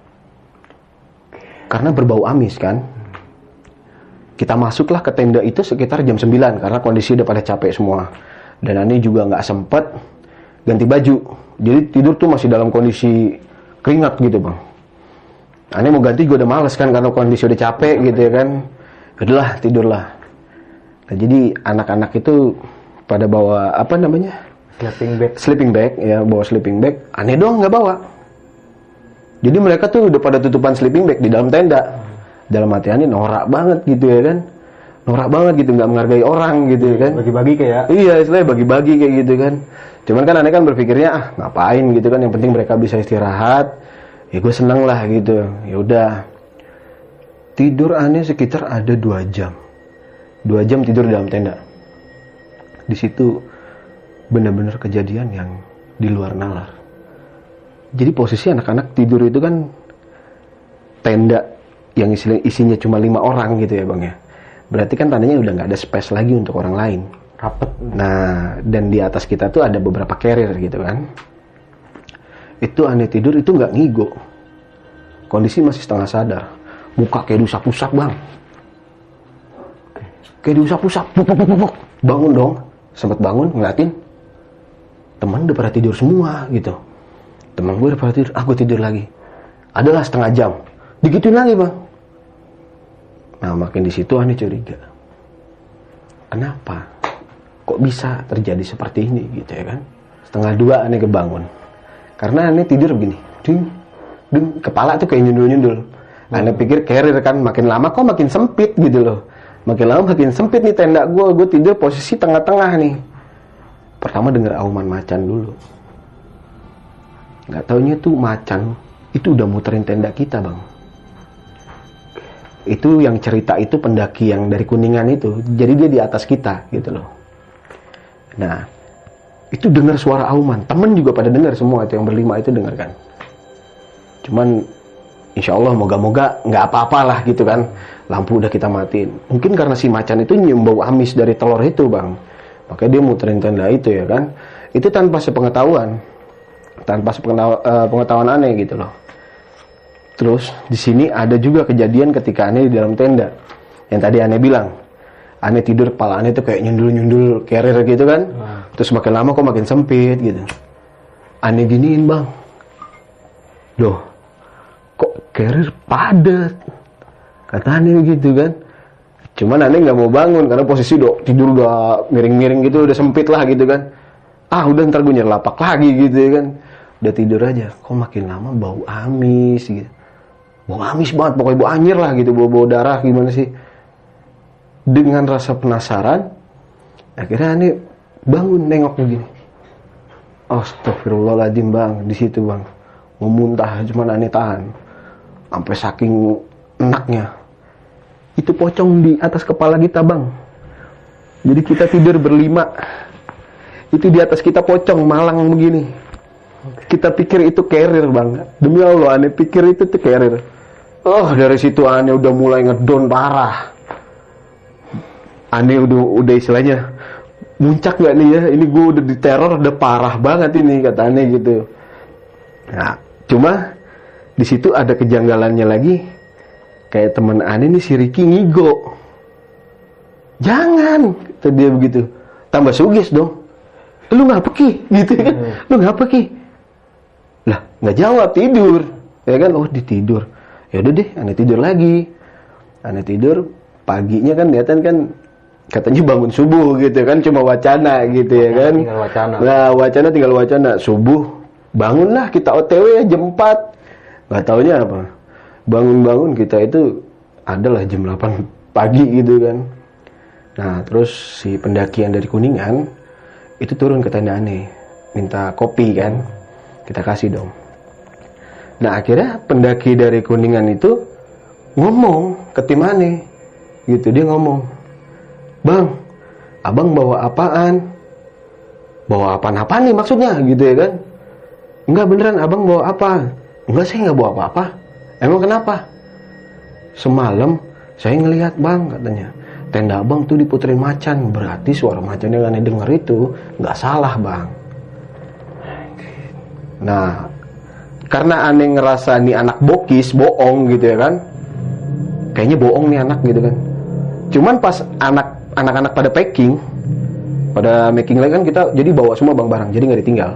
Speaker 2: Karena berbau amis kan. Kita masuklah ke tenda itu sekitar jam sembilan karena kondisi udah pada capek semua. Dan Ane juga nggak sempet ganti baju. Jadi tidur tuh masih dalam kondisi keringat gitu bang. Ane mau ganti juga udah males kan karena kondisi udah capek gitu ya kan. Udahlah, tidurlah. Nah, jadi anak-anak itu pada bawa apa namanya?
Speaker 3: Sleeping bag.
Speaker 2: Sleeping bag ya, bawa sleeping bag. Ane doang nggak bawa. Jadi mereka tuh udah pada tutupan sleeping bag di dalam tenda. Hmm. Dalam hati Ane norak banget gitu ya kan. Norak banget gitu, nggak menghargai orang gitu ya kan.
Speaker 3: Bagi-bagi kayak.
Speaker 2: Iya, istilahnya bagi-bagi kayak gitu kan. Cuman kan Ane kan berpikirnya ah ngapain gitu kan, yang penting mereka bisa istirahat. Ya gue seneng lah gitu. Ya udah. Tidur Ane sekitar ada dua jam. Dua jam tidur di dalam tenda. Di situ benar-benar kejadian yang di luar nalar. Jadi posisi anak-anak tidur itu kan tenda yang isinya, isinya cuma lima orang gitu ya bang ya. Berarti kan tandanya udah nggak ada space lagi untuk orang lain.
Speaker 3: Rapet.
Speaker 2: Nah, dan di atas kita tuh ada beberapa carrier gitu kan. Itu aneh tidur itu nggak ngigo. Kondisi masih setengah sadar. Muka kayak diusap-usap bang. Kayak diusap-usap. Buk, buk, buk, buk. Bangun dong. Sempat bangun ngeliatin. Teman udah pada tidur semua gitu. Teman gue udah pada tidur. Aku tidur lagi. Adalah setengah jam. Digituin lagi bang. Nah makin di situ aneh curiga. Kenapa? Kok bisa terjadi seperti ini gitu ya kan? Setengah dua aneh kebangun. Karena aneh tidur begini. Ding, ding. Kepala tuh kayak nyundul-nyundul. Aneh pikir carrier kan. Makin lama kok makin sempit gitu loh. Makin lama makin sempit nih tenda gue. Gue tidur posisi tengah-tengah nih. Pertama denger auman macan dulu. Gak taunya tuh macan itu udah muterin tenda kita bang. Itu yang cerita itu pendaki yang dari Kuningan itu. Jadi dia di atas kita gitu loh. Nah itu dengar suara auman. Temen juga pada dengar semua itu. Yang berlima itu dengar kan. Cuman insya Allah moga-moga nggak apa-apalah gitu kan. Lampu udah kita matiin. Mungkin karena si macan itu nyium bau amis dari telur itu bang. Makanya dia muterin tenda itu ya kan. Itu tanpa sepengetahuan. Tanpa sepengetahuan, uh, pengetahuan aneh gitu loh. Terus di sini ada juga kejadian ketika aneh di dalam tenda. Yang tadi aneh bilang. Aneh tidur kepala aneh tuh kayak nyundul-nyundul carrier gitu kan. Hmm. Terus makin lama kok makin sempit gitu. Aneh giniin bang. Loh. Kok carrier padat? Kata aneh gitu kan. Cuman aneh gak mau bangun. Karena posisi udah tidur udah miring-miring gitu. Udah sempit lah gitu kan. Ah udah ntar gue nyerlapak lagi gitu ya kan. Udah tidur aja. Kok makin lama bau amis gitu. Bau amis banget. Pokoknya bau anyir lah gitu. Bau-bau darah gimana sih. Dengan rasa penasaran. Akhirnya aneh bangun nengok begini. Astagfirullahaladzim bang. Di situ bang. Mau muntah. Cuman aneh tahan. Sampai saking enaknya. Itu pocong di atas kepala kita bang. Jadi kita tidur berlima. Itu di atas kita pocong malang begini. Kita pikir itu carrier bang. Demi Allah aneh pikir itu tuh carrier. Oh dari situ aneh udah mulai ngedon parah. Aneh udah udah istilahnya muncak gak nih ya. Ini gue udah diteror udah parah banget ini kata aneh gitu. Nah cuma di situ ada kejanggalannya lagi. Kayak teman aneh nih si Ricky ngigo. Jangan kata dia begitu. Tambah sugis dong. Lu ngapa ki? Gitu kan. Hmm. Lu ngapa ki? Lah, nggak jawab, tidur. Ya kan? Oh, ditidur. Ya udah deh, aneh tidur lagi. Aneh tidur, paginya kan kelihatan kan katanya bangun subuh gitu kan, cuma wacana gitu ya kan.
Speaker 3: Tinggal wacana.
Speaker 2: Nah, wacana tinggal wacana. Subuh bangunlah kita O T W ya jam empat. Nggak taunya apa. Bangun-bangun kita itu adalah jam delapan pagi gitu kan. Nah, terus si pendakian dari Kuningan itu turun ke tenda aneh, minta kopi kan, kita kasih dong. Nah akhirnya pendaki dari Kuningan itu ngomong ke tim aneh, gitu dia ngomong, bang, abang bawa apaan? Bawa apaan-apaan nih maksudnya, gitu ya kan? Enggak beneran, abang bawa apa? Enggak, saya nggak bawa apa-apa. Emang kenapa? Semalam saya ngelihat bang, katanya. Tenda abang tuh diputerin macan. Berarti suara macan yang aneh denger itu gak salah bang. Nah karena aneh ngerasa nih anak bokis, bohong gitu ya kan. Kayaknya bohong nih anak gitu kan. Cuman pas anak anak-anak pada packing, pada making lagi kan kita jadi bawa semua bang barang, jadi gak ditinggal.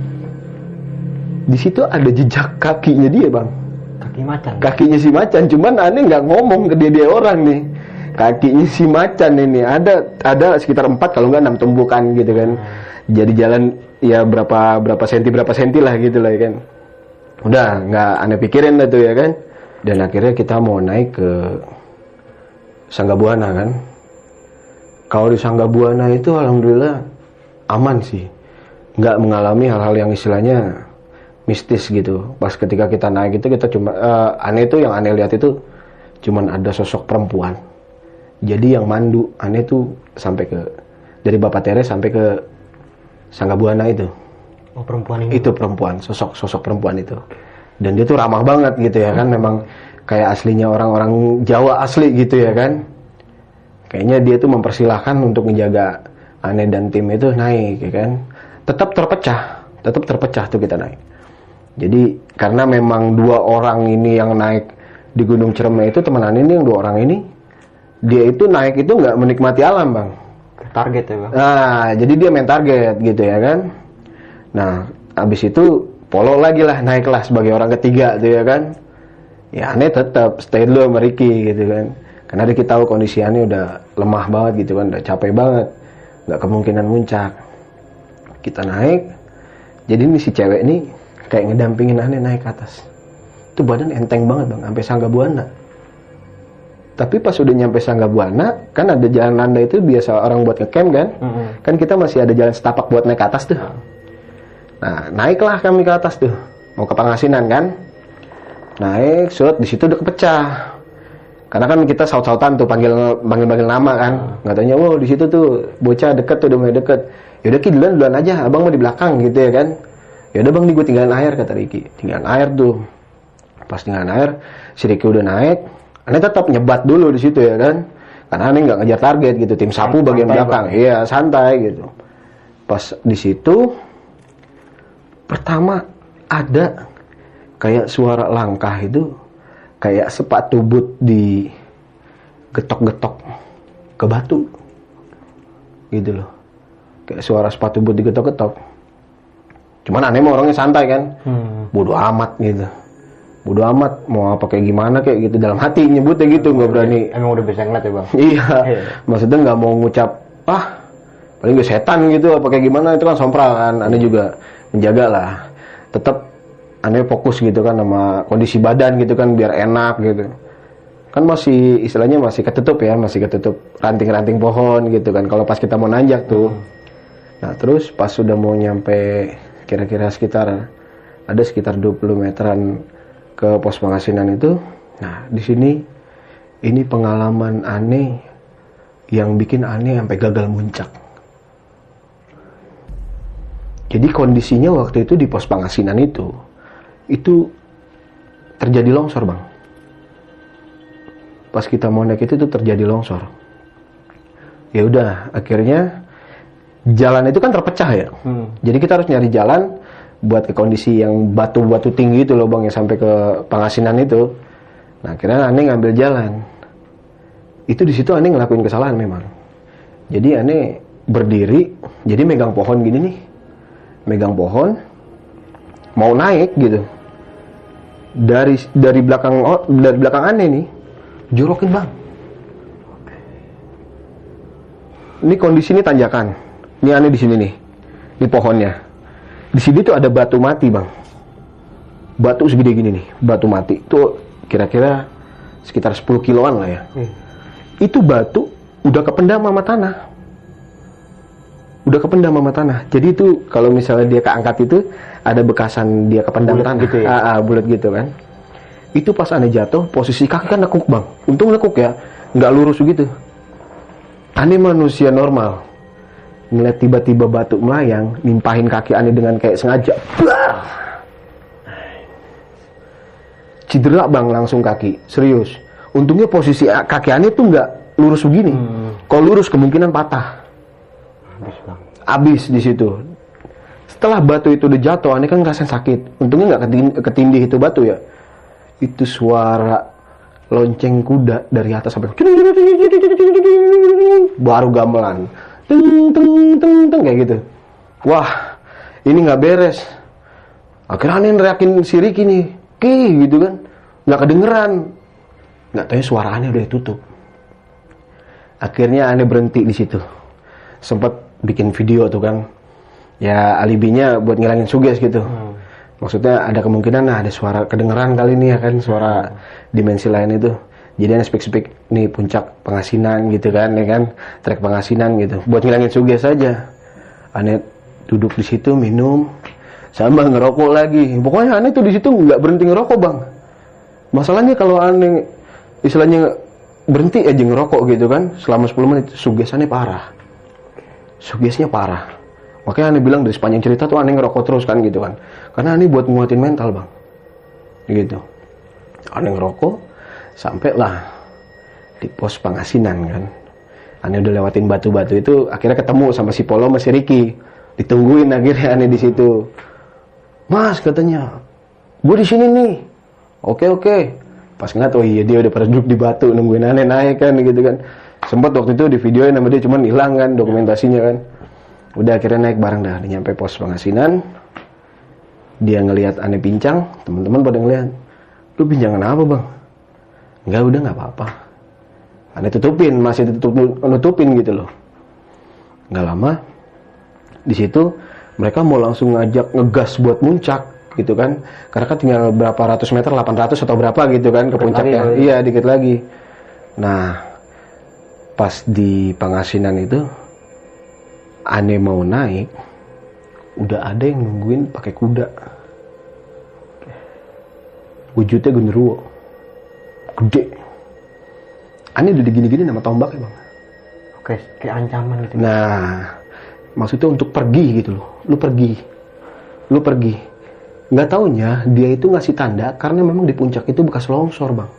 Speaker 2: Di situ ada jejak kakinya dia bang.
Speaker 3: Kaki macan. Kakinya
Speaker 2: si macan. Cuman aneh nggak ngomong ke dia dia orang nih. Kakinya si macan ini ada ada sekitar empat kalau nggak enam tumbukan gitu kan. Hmm. Jadi jalan ya berapa berapa senti berapa senti lah gitu lah ya kan. Udah nggak aneh pikirin lah tuh ya kan. Dan akhirnya kita mau naik ke Sanggabuana kan. Kalau di Sanggabuana itu alhamdulillah aman sih. Nggak mengalami hal-hal yang istilahnya mistis gitu. Pas ketika kita naik itu kita cuma uh, aneh itu yang aneh lihat itu cuman ada sosok perempuan. Jadi yang mandu aneh tuh sampai ke dari Bapak Teres sampai ke Sanggabuana itu.
Speaker 3: Oh perempuan ini.
Speaker 2: Itu perempuan, sosok sosok perempuan itu. Dan dia tuh ramah banget gitu ya kan, memang kayak aslinya orang-orang Jawa asli gitu ya kan. Kayaknya dia tuh mempersilahkan untuk menjaga Ane dan tim itu naik, ya kan. Tetap terpecah, tetap terpecah tuh kita naik. Jadi karena memang dua orang ini yang naik di Gunung Ciremai itu, teman Ane ini yang dua orang ini, dia itu naik itu nggak menikmati alam, Bang.
Speaker 3: Target ya, Bang.
Speaker 2: Nah, jadi dia main target gitu ya kan. Nah, abis itu Polo lagi lah, naiklah sebagai orang ketiga tuh ya kan. Ya Ane tetap stay dulu sama Ricky gitu kan. Karena Ricky tahu kondisi Ane udah lemah banget gitu kan, udah capek banget, nggak kemungkinan muncak. Kita naik, jadi ini si cewek ini kayak ngedampingin Ane naik ke atas. Itu badan enteng banget, Bang, sampai Sangga Buana. Tapi pas udah nyampe Sangga Buana, kan ada jalan landai itu biasa orang buat ngecamp kan. Mm-hmm. Kan kita masih ada jalan setapak buat naik ke atas tuh. Nah, naiklah kami ke atas tuh. Mau ke Pangasinan kan. Naik, set, di situ udah kepecah. Karena kan kita saut-sautan tuh, panggil panggil-panggil nama kan. Nggak tanya, wow di situ tuh bocah deket tuh, udah mulai deket. Yaudah Ki, duluan duluan aja, abang mau di belakang gitu ya kan. Yaudah Bang, nih gue tinggalin air, kata Ricky. Tinggalin air tuh. Pas tinggalin air, si Ricky udah naik. Ane tetap nyebat dulu di situ ya kan. Karena Ane nggak ngejar target gitu, tim sapu santai bagian belakang. Bang. Iya, santai gitu. Pas di situ pertama ada kayak suara langkah itu kayak sepatu boot di getok-getok ke batu gitu loh, kayak suara sepatu boot digetok-getok. Cuman Ane mah orangnya santai kan, hmm. bodo amat gitu, bodo amat mau apa kayak gimana kayak gitu, dalam hati nyebutnya gitu, nggak berani.
Speaker 3: Emang udah bisa ngeliat ya, Bang?
Speaker 2: Iya, maksudnya nggak mau ngucap ah paling gue setan gitu apa kayak gimana, itu kan sompral kan. Ane juga menjaga lah, tetap Ane fokus gitu kan sama kondisi badan gitu kan biar enak gitu. Kan masih istilahnya masih ketutup ya, masih ketutup ranting-ranting pohon gitu kan kalau pas kita mau nanjak tuh. Hmm. Nah, terus pas sudah mau nyampe kira-kira sekitar ada sekitar dua puluh meteran ke pos Pangasinan itu. Nah, di sini ini pengalaman Ane yang bikin Ane sampai gagal muncak. Jadi kondisinya waktu itu di pos Pangasinan itu, itu terjadi longsor, Bang. Pas kita mau naik itu tuh terjadi longsor. Ya udah, akhirnya jalan itu kan terpecah ya. Hmm. Jadi kita harus nyari jalan buat ke kondisi yang batu-batu tinggi itu loh, Bang, yang sampai ke Pangasinan itu. Nah, akhirnya Ane ngambil jalan. Itu di situ Ane ngelakuin kesalahan memang. Jadi Ane berdiri, jadi megang pohon gini nih. Megang pohon mau naik gitu, dari dari belakang oh, dari belakang Ane nih jorokin, Bang. Ini kondisi ini tanjakan, ini Ane di sini nih, di pohonnya. Di sini tuh ada batu mati, Bang, batu segede gini nih, batu mati itu kira-kira sekitar sepuluh kiloan lah ya. hmm. Itu batu udah kependam sama tanah, udah kependam sama tanah. Jadi itu kalau misalnya dia keangkat itu ada bekasan dia kependam tanah gitu ya? ah, ah, bulat gitu kan. Itu pas Ane jatuh posisi kaki kan nekuk, Bang. Untung nekuk ya, nggak lurus begitu. Ane manusia normal ngeliat tiba-tiba batu melayang nimpahin kaki Ane dengan kayak sengaja, bah! Cedera, Bang, langsung kaki, serius. Untungnya posisi kaki Ane tuh nggak lurus begini. hmm. Kalau lurus kemungkinan patah. Abis di situ. Setelah batu itu udah jatuh, Ane kan ngerasain sakit. Untungnya nggak ketindih itu batu ya. Itu suara lonceng kuda dari atas sampai baru gamelan, teng teng teng teng kayak gitu. Wah, ini nggak beres. Akhirnya Ane neriakin si Ricky nih, Ki gitu kan, nggak kedengeran. Nggak tahu suara Ane udah ditutup. Akhirnya Ane berhenti di situ. Sempat bikin video tuh kan, ya alibinya buat ngilangin suges gitu. hmm. Maksudnya ada kemungkinan nah ada suara kedengeran kali ini ya kan, suara hmm. dimensi lain itu. Jadi Ane speak-speak nih puncak Pangasinan gitu kan, ya kan, trek Pangasinan gitu, buat ngilangin suges saja. Ane duduk di situ minum sama ngerokok lagi. Pokoknya Ane tuh di situ nggak berhenti ngerokok, Bang. Masalahnya kalau Ane istilahnya berhenti aja ngerokok gitu kan selama sepuluh menit, sugesannya parah. Sugesnya parah. Makanya Ane bilang dari sepanjang cerita tuh Ane ngerokok terus kan gitu kan. Karena Ane buat nguatin mental, Bang. Gitu. Ane ngerokok sampailah di pos Pangasinan kan. Aneh udah lewatin batu-batu itu, akhirnya ketemu sama si Polo sama si Ricky. Ditungguin akhirnya Aneh di situ. Mas katanya, gue di sini nih. Oke oke. Pas ngeliat, oh iya dia udah pada duduk di batu nungguin Aneh naik kan gitu kan. Sempat waktu itu di videoin sama dia cuman hilang kan dokumentasinya kan. Udah akhirnya naik bareng dah, nyampe pos pengasinan. Dia ngelihat Aneh pincang, teman-teman pada ngelihat. Lu pinjangan apa bang? Enggak, udah nggak apa-apa. Aneh tutupin, masih tutup, nutupin gitu loh. Nggak lama, di situ mereka mau langsung ngajak ngegas buat muncak gitu kan. Karena kan tinggal berapa ratus meter, delapan ratus atau berapa gitu kan ke puncaknya.
Speaker 3: Lagi,
Speaker 2: iya, dikit lagi. Nah, pas di pengasinan itu, Aneh mau naik, udah ada yang nungguin pakai kuda. Wujudnya genderuwo. Gede. Aneh udah digini-gini nama tombak ya bang.
Speaker 3: Oke, kayak ancaman gitu.
Speaker 2: Nah, maksudnya untuk pergi gitu loh. Lu pergi. Lu pergi. Nggak taunya dia itu ngasih tanda karena memang di puncak itu bekas longsor bang.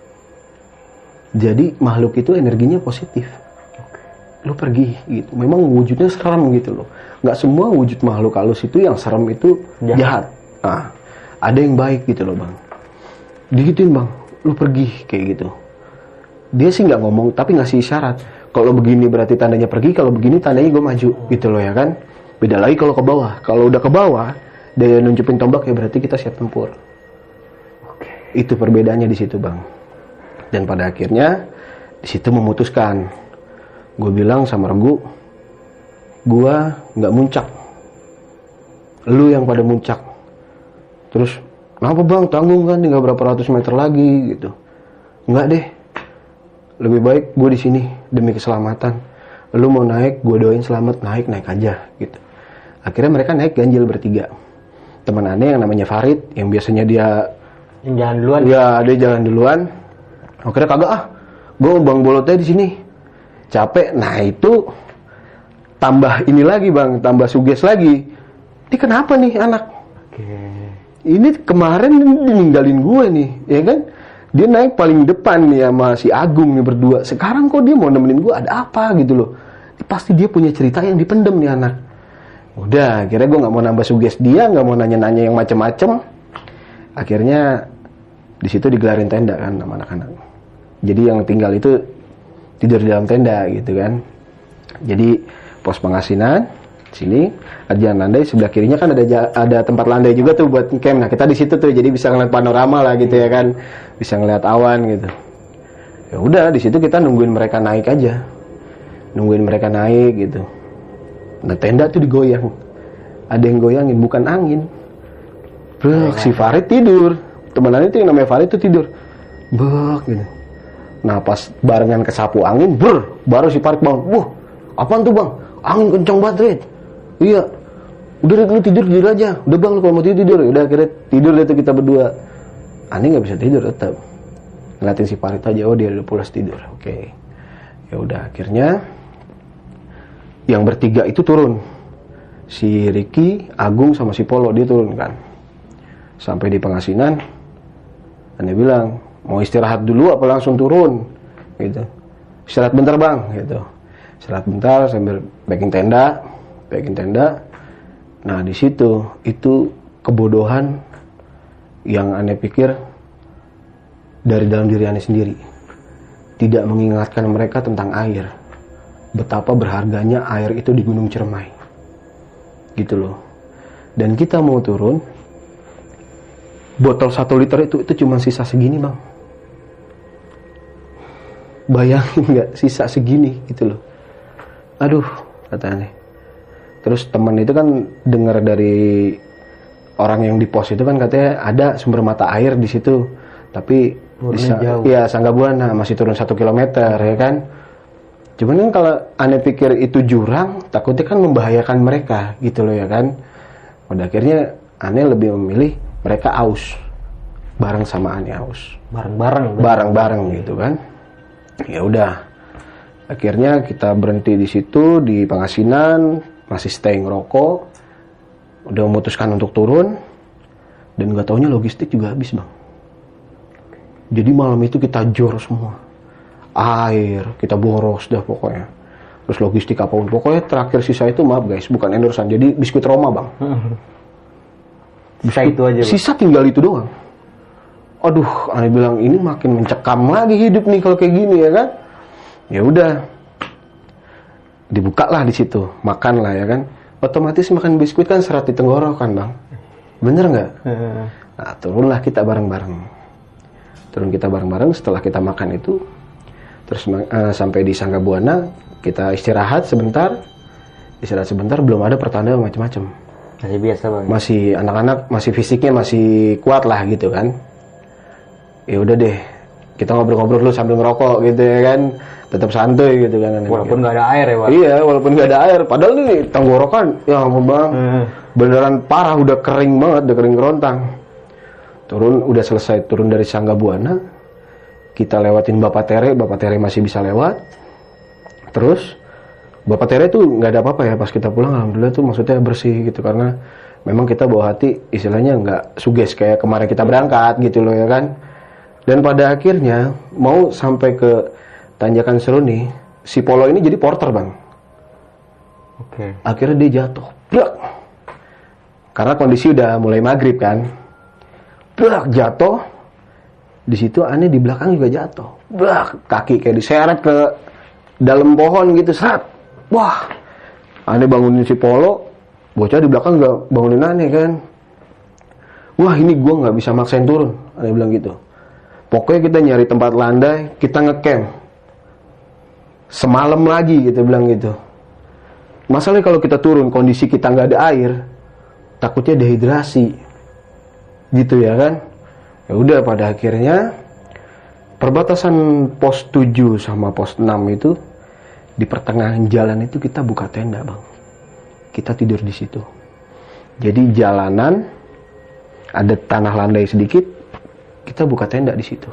Speaker 2: Jadi makhluk itu energinya positif. Lu pergi gitu. Memang wujudnya serem gitu loh. Nggak semua wujud makhluk halus itu yang serem itu jahat. jahat. Nah, ada yang baik gitu loh bang. Digituin bang, lu pergi kayak gitu. Dia sih nggak ngomong tapi ngasih isyarat. Kalau begini berarti tandanya pergi, kalau begini tandanya gue maju gitu loh ya kan. Beda lagi kalau ke bawah. Kalau udah ke bawah, dia nunjukin tombak ya berarti kita siap tempur. Oke. Itu perbedaannya di situ bang. Dan pada akhirnya di situ memutuskan. Gue bilang sama Regu, gue nggak muncak, lu yang pada muncak. Terus, kenapa bang? Tanggung kan, tinggal berapa ratus meter lagi gitu. Nggak deh, lebih baik gue di sini demi keselamatan. Lu mau naik, gue doain selamat, naik naik aja gitu. Akhirnya mereka naik ganjil bertiga. Teman Aneh yang namanya Farid, yang biasanya dia
Speaker 3: yang jalan duluan.
Speaker 2: Ya, dia jalan duluan. Akhirnya kagak ah, gue bang bolotnya di sini. Capek, nah itu tambah ini lagi bang, tambah suges lagi. Ini kenapa nih anak?
Speaker 3: Oke.
Speaker 2: Ini kemarin ninggalin gue nih, ya kan? Dia naik paling depan nih sama si Agung nih berdua. Sekarang kok dia mau nemenin gue, ada apa gitu loh? Pasti dia punya cerita yang dipendem nih anak. Udah, akhirnya gue nggak mau nambah suges dia, nggak mau nanya-nanya yang macem-macem. Akhirnya di situ digelarin tenda kan sama anak-anak. Jadi yang tinggal itu tidur di dalam tenda gitu kan. Jadi pos pengasinan sini ada jalan landai, sebelah kirinya kan ada ada tempat landai juga tuh buat camp. Nah kita di situ tuh jadi bisa ngeliat panorama lah gitu ya kan, bisa ngeliat awan gitu. Ya udah di situ kita nungguin mereka naik aja, nungguin mereka naik gitu. Nah tenda tuh digoyang, ada yang goyangin bukan angin. Brek, si Farid tidur, temenan itu yang namanya Farid tuh tidur, bek gitu. Nah pas barengan kesapu angin, ber, baru si Farid bangun. Wah, apaan tuh bang? Angin kencang banget, Red. Iya. Udah Red, lu tidur tidur aja. Udah bang, lu kalau mau tidur tidur. Udah akhirnya tidur deh tuh kita berdua. Aneh nggak bisa tidur tetap. Ngeliatin si Farid aja, oh dia udah pulas tidur. Oke. Okay. Ya udah akhirnya yang bertiga itu turun. Si Ricky, Agung sama si Polo dia turun kan. Sampai di pengasinan, Aneh bilang, mau istirahat dulu apa langsung turun gitu. Istirahat bentar bang gitu. Istirahat bentar sambil packing tenda, packing tenda. Nah di situ itu kebodohan yang Aneh pikir dari dalam diri Aneh sendiri. Tidak mengingatkan mereka tentang air. Betapa berharganya air itu di Gunung Ciremai. Gitu loh. Dan kita mau turun, botol satu liter itu itu cuma sisa segini bang. Bayangin nggak sisa segini gitu loh. Aduh, kata Aneh. Terus teman itu kan dengar dari orang yang di pos itu kan katanya ada sumber mata air di situ, tapi bisa, ya Sangga Buana masih turun satu kilometer ya kan. Cuman kan kalau Aneh pikir itu jurang, takutnya kan membahayakan mereka gitu loh ya kan. Pada akhirnya Aneh lebih memilih mereka aus, bareng sama Aneh aus,
Speaker 3: bareng-bareng,
Speaker 2: bareng-bareng gitu kan. Ya udah, akhirnya kita berhenti di situ di pengasinan, masih stay ngerokok, udah memutuskan untuk turun, dan nggak taunya logistik juga habis bang. Jadi malam itu kita jor semua, air, kita boros dah pokoknya. Terus logistik apapun, pokoknya terakhir sisa itu maaf guys, bukan endorsean, jadi biskuit Roma bang.
Speaker 3: Bisa itu aja bang.
Speaker 2: Sisa tinggal itu doang. Aduh, aneh bilang ini makin mencekam lagi hidup nih kalau kayak gini ya kan. Ya udah, dibuka lah di situ, makan lah ya kan. Otomatis makan biskuit kan serat di tenggorokan bang, bener nggak? Nah turunlah kita bareng-bareng, turun kita bareng-bareng setelah kita makan itu, terus uh, sampai di Sangga Buana kita istirahat sebentar, istirahat sebentar belum ada pertanda macam-macam.
Speaker 3: Masih biasa bang.
Speaker 2: Masih anak-anak masih fisiknya masih kuat lah gitu kan. Ya udah deh, kita ngobrol-ngobrol dulu sambil ngerokok gitu ya kan. Tetap santuy gitu kan.
Speaker 3: Walaupun nggak ada air ya bang.
Speaker 2: Iya, walaupun nggak ada air. Padahal nih tenggorokan, ya ampun bang, hmm. beneran parah, udah kering banget, udah kering kerontang. Turun, udah selesai turun dari Sangga Buana, kita lewatin Bapak Tere, Bapak Tere masih bisa lewat. Terus Bapak Tere tuh nggak ada apa-apa ya pas kita pulang, alhamdulillah tuh maksudnya bersih gitu karena memang kita bawa hati, istilahnya nggak suges kayak kemarin kita berangkat gitu loh ya kan. Dan pada akhirnya mau sampai ke Tanjakan Seruni, si Polo ini jadi porter bang.
Speaker 3: Oke. Okay.
Speaker 2: Akhirnya dia jatuh, blak. Karena kondisi udah mulai maghrib kan, blak jatuh. Di situ aneh di belakang juga jatuh, blak. Kaki kayak diseret ke dalam pohon gitu, seret. Wah, aneh bangunin si Polo, bocah di belakang nggak bangunin aneh kan. Wah ini gue nggak bisa maksain turun, aneh bilang gitu. Pokoknya kita nyari tempat landai, kita ngecamp. Semalam lagi gitu bilang gitu. Masalahnya kalau kita turun kondisi kita nggak ada air, takutnya dehidrasi, gitu ya kan? Ya udah pada akhirnya perbatasan pos tujuh sama pos enam itu di pertengahan jalan itu kita buka tenda bang. Kita tidur di situ. Jadi jalanan ada tanah landai sedikit, kita buka tenda di situ.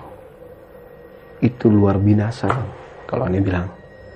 Speaker 2: Itu luar binasa bang. Kalau aneh bilang.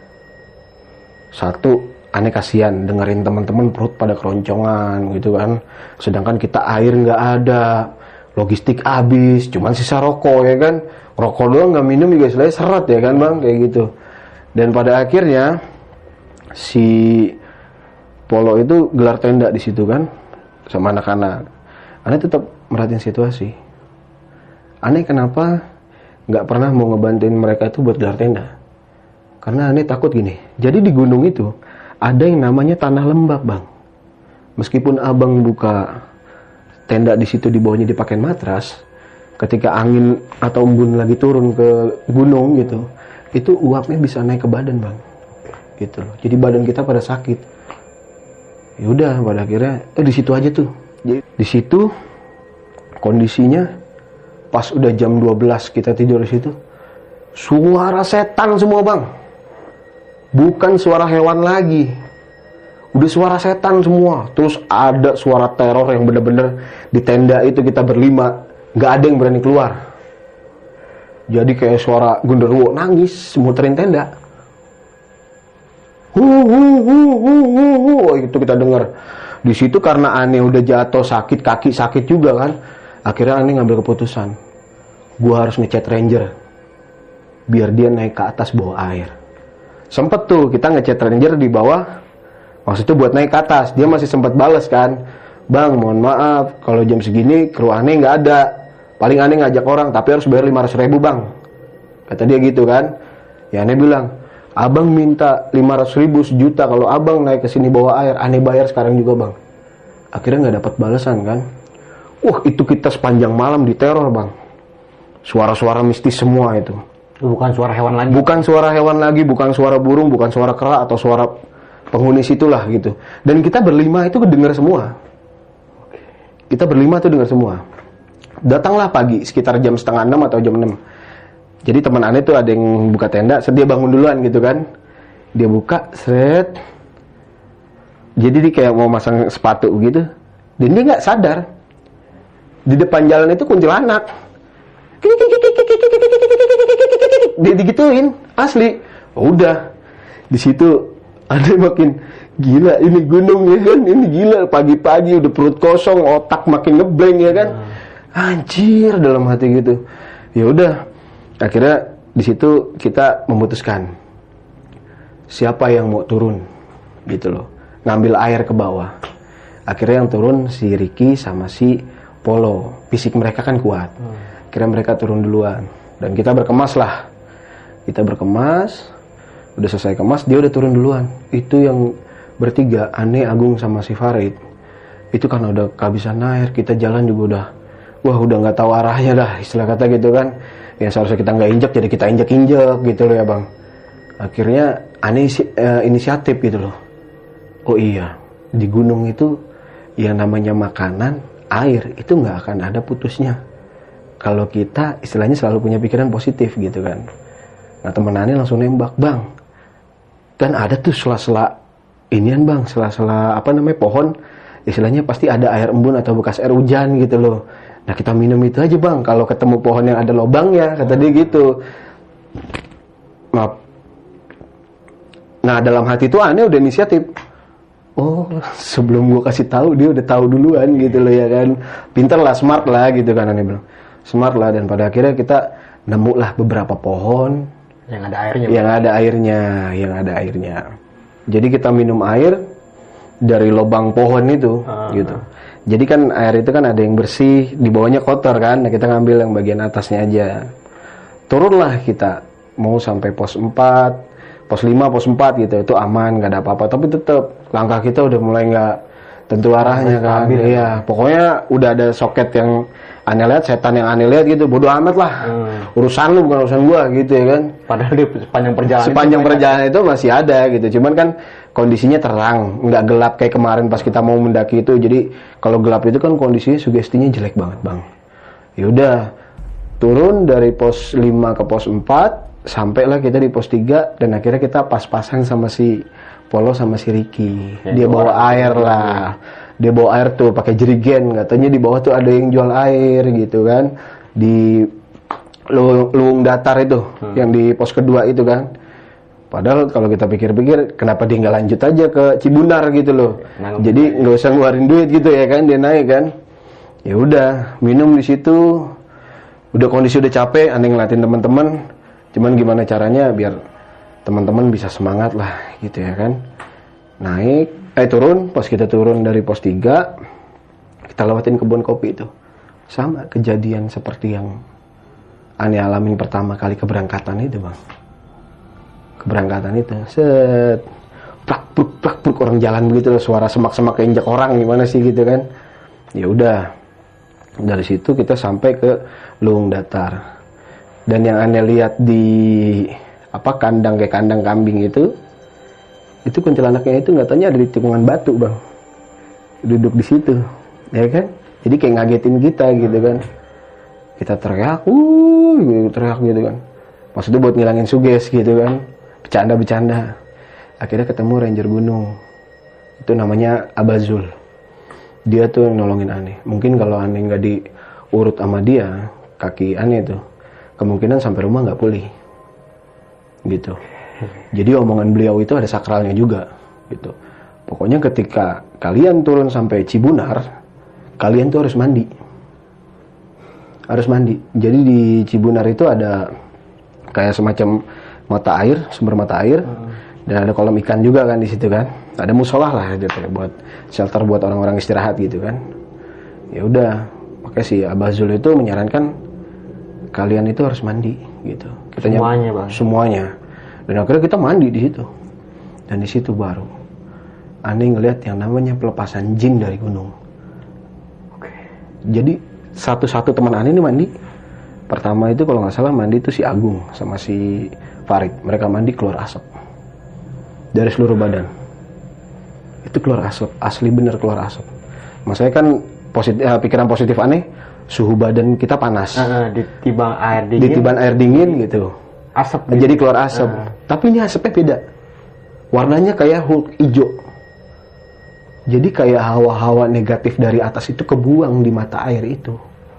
Speaker 2: Satu, aneh kasihan dengerin teman-teman perut pada keroncongan gitu kan. Sedangkan kita air nggak ada, logistik habis, cuman sisa rokok ya kan. Rokok doang nggak minum juga istilahnya seret ya kan bang, kayak gitu. Dan pada akhirnya si Polo itu gelar tenda di situ kan sama anak-anak. Aneh tetap merhatiin situasi. Aneh kenapa nggak pernah mau ngebantuin mereka itu buat gelar tenda? Karena aneh takut gini. Jadi di gunung itu ada yang namanya tanah lembab bang. Meskipun abang buka tenda di situ di bawahnya dipakai matras, ketika angin atau embun lagi turun ke gunung gitu, itu uapnya bisa naik ke badan bang. Gitu loh. Jadi badan kita pada sakit. Ya udah pada akhirnya eh di situ aja tuh. Jadi di situ kondisinya pas udah jam dua belas kita tidur di situ, suara setan semua bang. Bukan suara hewan lagi, udah suara setan semua. Terus ada suara teror yang bener-bener di tenda itu kita berlima, nggak ada yang berani keluar. Jadi kayak suara genderuwo nangis, muterin tenda. Hu hu hu hu hu hu, itu kita dengar. Di situ karena aneh udah jatuh sakit, kaki sakit juga kan. Akhirnya aneh ngambil keputusan, gua harus ngechat ranger, biar dia naik ke atas bawa air. Sempet tuh kita ngechat ranger di bawah, maksudnya buat naik ke atas. Dia masih sempat balas kan, bang mohon maaf kalau jam segini kru aneh nggak ada, paling aneh ngajak orang tapi harus bayar lima ratus ribu bang, kata dia gitu kan. Ya aneh bilang, abang minta lima ratus ribu sejuta kalau abang naik ke sini bawa air, aneh bayar sekarang juga bang. Akhirnya nggak dapat balasan kan. Wah itu kita sepanjang malam diteror bang, suara-suara mistis semua itu.
Speaker 3: Bukan suara hewan lagi.
Speaker 2: Bukan suara hewan lagi, bukan suara burung, bukan suara kera atau suara penghuni situlah gitu. Dan kita berlima itu kedengar semua. Kita berlima tuh dengar semua. Datanglah pagi sekitar jam setengah enam atau jam enam. Jadi teman aneh tuh ada yang buka tenda, dia bangun duluan gitu kan. Dia buka, seret. Jadi dia kayak mau masang sepatu gitu. Dan dia nggak sadar. Di depan jalan itu kuntilanak. Dia digituin, asli. Udah, di situ ada makin gila ini gunung ya kan, ini gila pagi-pagi udah perut kosong, otak makin ngeblank ya kan. Anjir dalam hati gitu. Ya udah, akhirnya di situ kita memutuskan siapa yang mau turun gitu loh, ngambil air ke bawah. Akhirnya yang turun si Ricky sama si Polo. Fisik mereka kan kuat. Hmm. Akhirnya mereka turun duluan. Dan kita berkemas lah. Kita berkemas. Udah selesai kemas, dia udah turun duluan. Itu yang bertiga, Ane, Agung, sama si Farid. Itu karena udah kehabisan air. Kita jalan juga udah, wah udah gak tahu arahnya dah. Istilah kata gitu kan. Yang seharusnya kita gak injek, jadi kita injek-injek gitu loh ya bang. Akhirnya Ane isi, uh, inisiatif gitu loh. Oh iya, di gunung itu yang namanya makanan, air itu nggak akan ada putusnya. Kalau kita istilahnya selalu punya pikiran positif gitu kan. Nah temen Ani langsung nembak, bang, kan ada tuh sela-sela inian bang, sela-sela apa namanya pohon, istilahnya pasti ada air embun atau bekas air hujan gitu loh. Nah kita minum itu aja bang, kalau ketemu pohon yang ada lubangnya, kata dia gitu. Maaf. Nah dalam hati itu Ani udah inisiatif. Oh, sebelum gue kasih tahu dia udah tahu duluan gitu loh ya kan. Pinter lah, smart lah gitu kan Ani bilang. Smart lah, dan pada akhirnya kita nemu lah beberapa pohon
Speaker 3: yang ada airnya.
Speaker 2: Yang bang. ada airnya, yang ada airnya. Jadi kita minum air dari lubang pohon itu uh, gitu. Jadi kan air itu kan ada yang bersih, di bawahnya kotor kan. Nah, kita ngambil yang bagian atasnya aja. Turunlah kita mau sampai pos empat, pos lima, pos empat gitu, itu aman, nggak ada apa-apa. Tapi tetap langkah kita udah mulai nggak tentu arahnya kan. Iya, pokoknya udah ada soket yang aneh lihat, setan yang aneh lihat gitu, bodoh amat lah. Hmm. Urusan lu bukan urusan gua gitu ya kan.
Speaker 3: Padahal di sepanjang perjalanan.
Speaker 2: Sepanjang perjalanan itu masih ada gitu. Cuman kan kondisinya terang, nggak gelap kayak kemarin pas kita mau mendaki itu. Jadi kalau gelap itu kan kondisinya sugestinya jelek banget bang. Ya udah, turun dari pos lima ke pos empat. Sampailah kita di pos tiga dan akhirnya kita pas-pasan sama si Polo sama si Ricky. Ya, dia bawa air lah. Dia bawa air tuh pakai jerigen, katanya di bawah tuh ada yang jual air gitu kan. Di lu, luung datar itu, hmm. yang di pos kedua itu kan. Padahal kalau kita pikir-pikir kenapa dia nggak lanjut aja ke Cibunar gitu loh. Nah, jadi nggak usah ngeluarin duit gitu ya kan, dia naik kan. Ya udah, minum di situ. Udah kondisi udah capek, aneh ngeliatin teman-teman. Cuman gimana caranya biar teman-teman bisa semangat lah gitu ya kan. Naik, eh turun, pas kita turun dari pos tiga, kita lewatin kebun kopi itu. Sama kejadian seperti yang aneh alamin pertama kali keberangkatan itu bang. Keberangkatan itu, set, prak prak prak prak orang jalan begitu, suara semak-semak keinjak orang gimana sih gitu kan. Ya udah, dari situ kita sampai ke Luung Datar. Dan yang aneh lihat di apa kandang kayak kandang kambing itu, itu kuntilanaknya itu nggak taunya ada di tikungan batu bang, duduk di situ, ya kan? Jadi kayak ngagetin kita gitu kan. Kita teriak, uh, gitu, teriak gitu kan. Maksudnya buat ngilangin suges gitu kan, bercanda-bercanda. Akhirnya ketemu ranger gunung, itu namanya Abazul. Dia tuh yang nolongin aneh. Mungkin kalau aneh nggak diurut sama dia, kaki aneh tuh kemungkinan sampai rumah nggak pulih gitu. Jadi omongan beliau itu ada sakralnya juga gitu. Pokoknya ketika kalian turun sampai Cibunar, kalian tuh harus mandi, harus mandi. Jadi di Cibunar itu ada kayak semacam mata air, sumber mata air, hmm. dan ada kolam ikan juga kan di situ kan. Ada musola lah gitu buat shelter buat orang-orang istirahat gitu kan. Ya udah, makanya si Abazul itu menyarankan kalian itu harus mandi gitu. Kita
Speaker 3: semuanya bang.
Speaker 2: Semuanya. Dan akhirnya kita mandi di situ. Dan di situ baru aneh ngelihat yang namanya pelepasan jin dari gunung. Oke. Jadi satu-satu teman aneh ini mandi. Pertama itu kalau nggak salah mandi itu si Agung sama si Farid. Mereka mandi keluar asap dari seluruh badan. Itu keluar asap, asli bener keluar asap. Maksudnya kan positif, eh, pikiran positif aneh. Suhu badan kita panas,
Speaker 3: uh, ditiban air dingin,
Speaker 2: ditiban air dingin gitu,
Speaker 3: asap,
Speaker 2: gitu. Jadi keluar asap. Uh. Tapi ini asapnya beda, warnanya kayak Hulk hijau. Jadi kayak hawa-hawa negatif dari atas itu kebuang di mata air itu,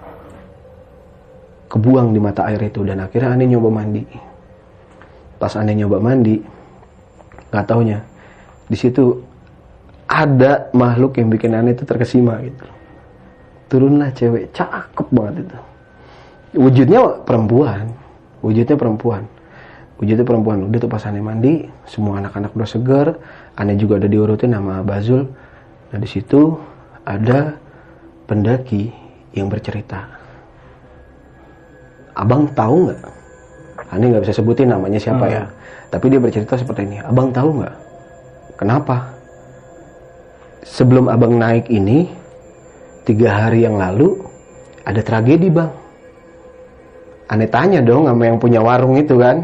Speaker 2: kebuang di mata air itu. Dan akhirnya aneh nyoba mandi. Pas aneh nyoba mandi, nggak taunya di situ ada makhluk yang bikin aneh itu terkesima gitu. Turunlah cewek, cakep banget itu. Wujudnya perempuan, wujudnya perempuan. Wujudnya perempuan. Udah tuh pas Ane mandi, semua anak-anak udah seger, Ane juga udah diurutin sama Bazul. Nah di situ ada pendaki yang bercerita. Abang tahu nggak? Ane nggak bisa sebutin namanya siapa hmm. ya. Tapi dia bercerita seperti ini. Abang tahu nggak? Kenapa? Sebelum abang naik ini, tiga hari yang lalu ada tragedi bang. Ane tanya dong sama yang punya warung itu kan.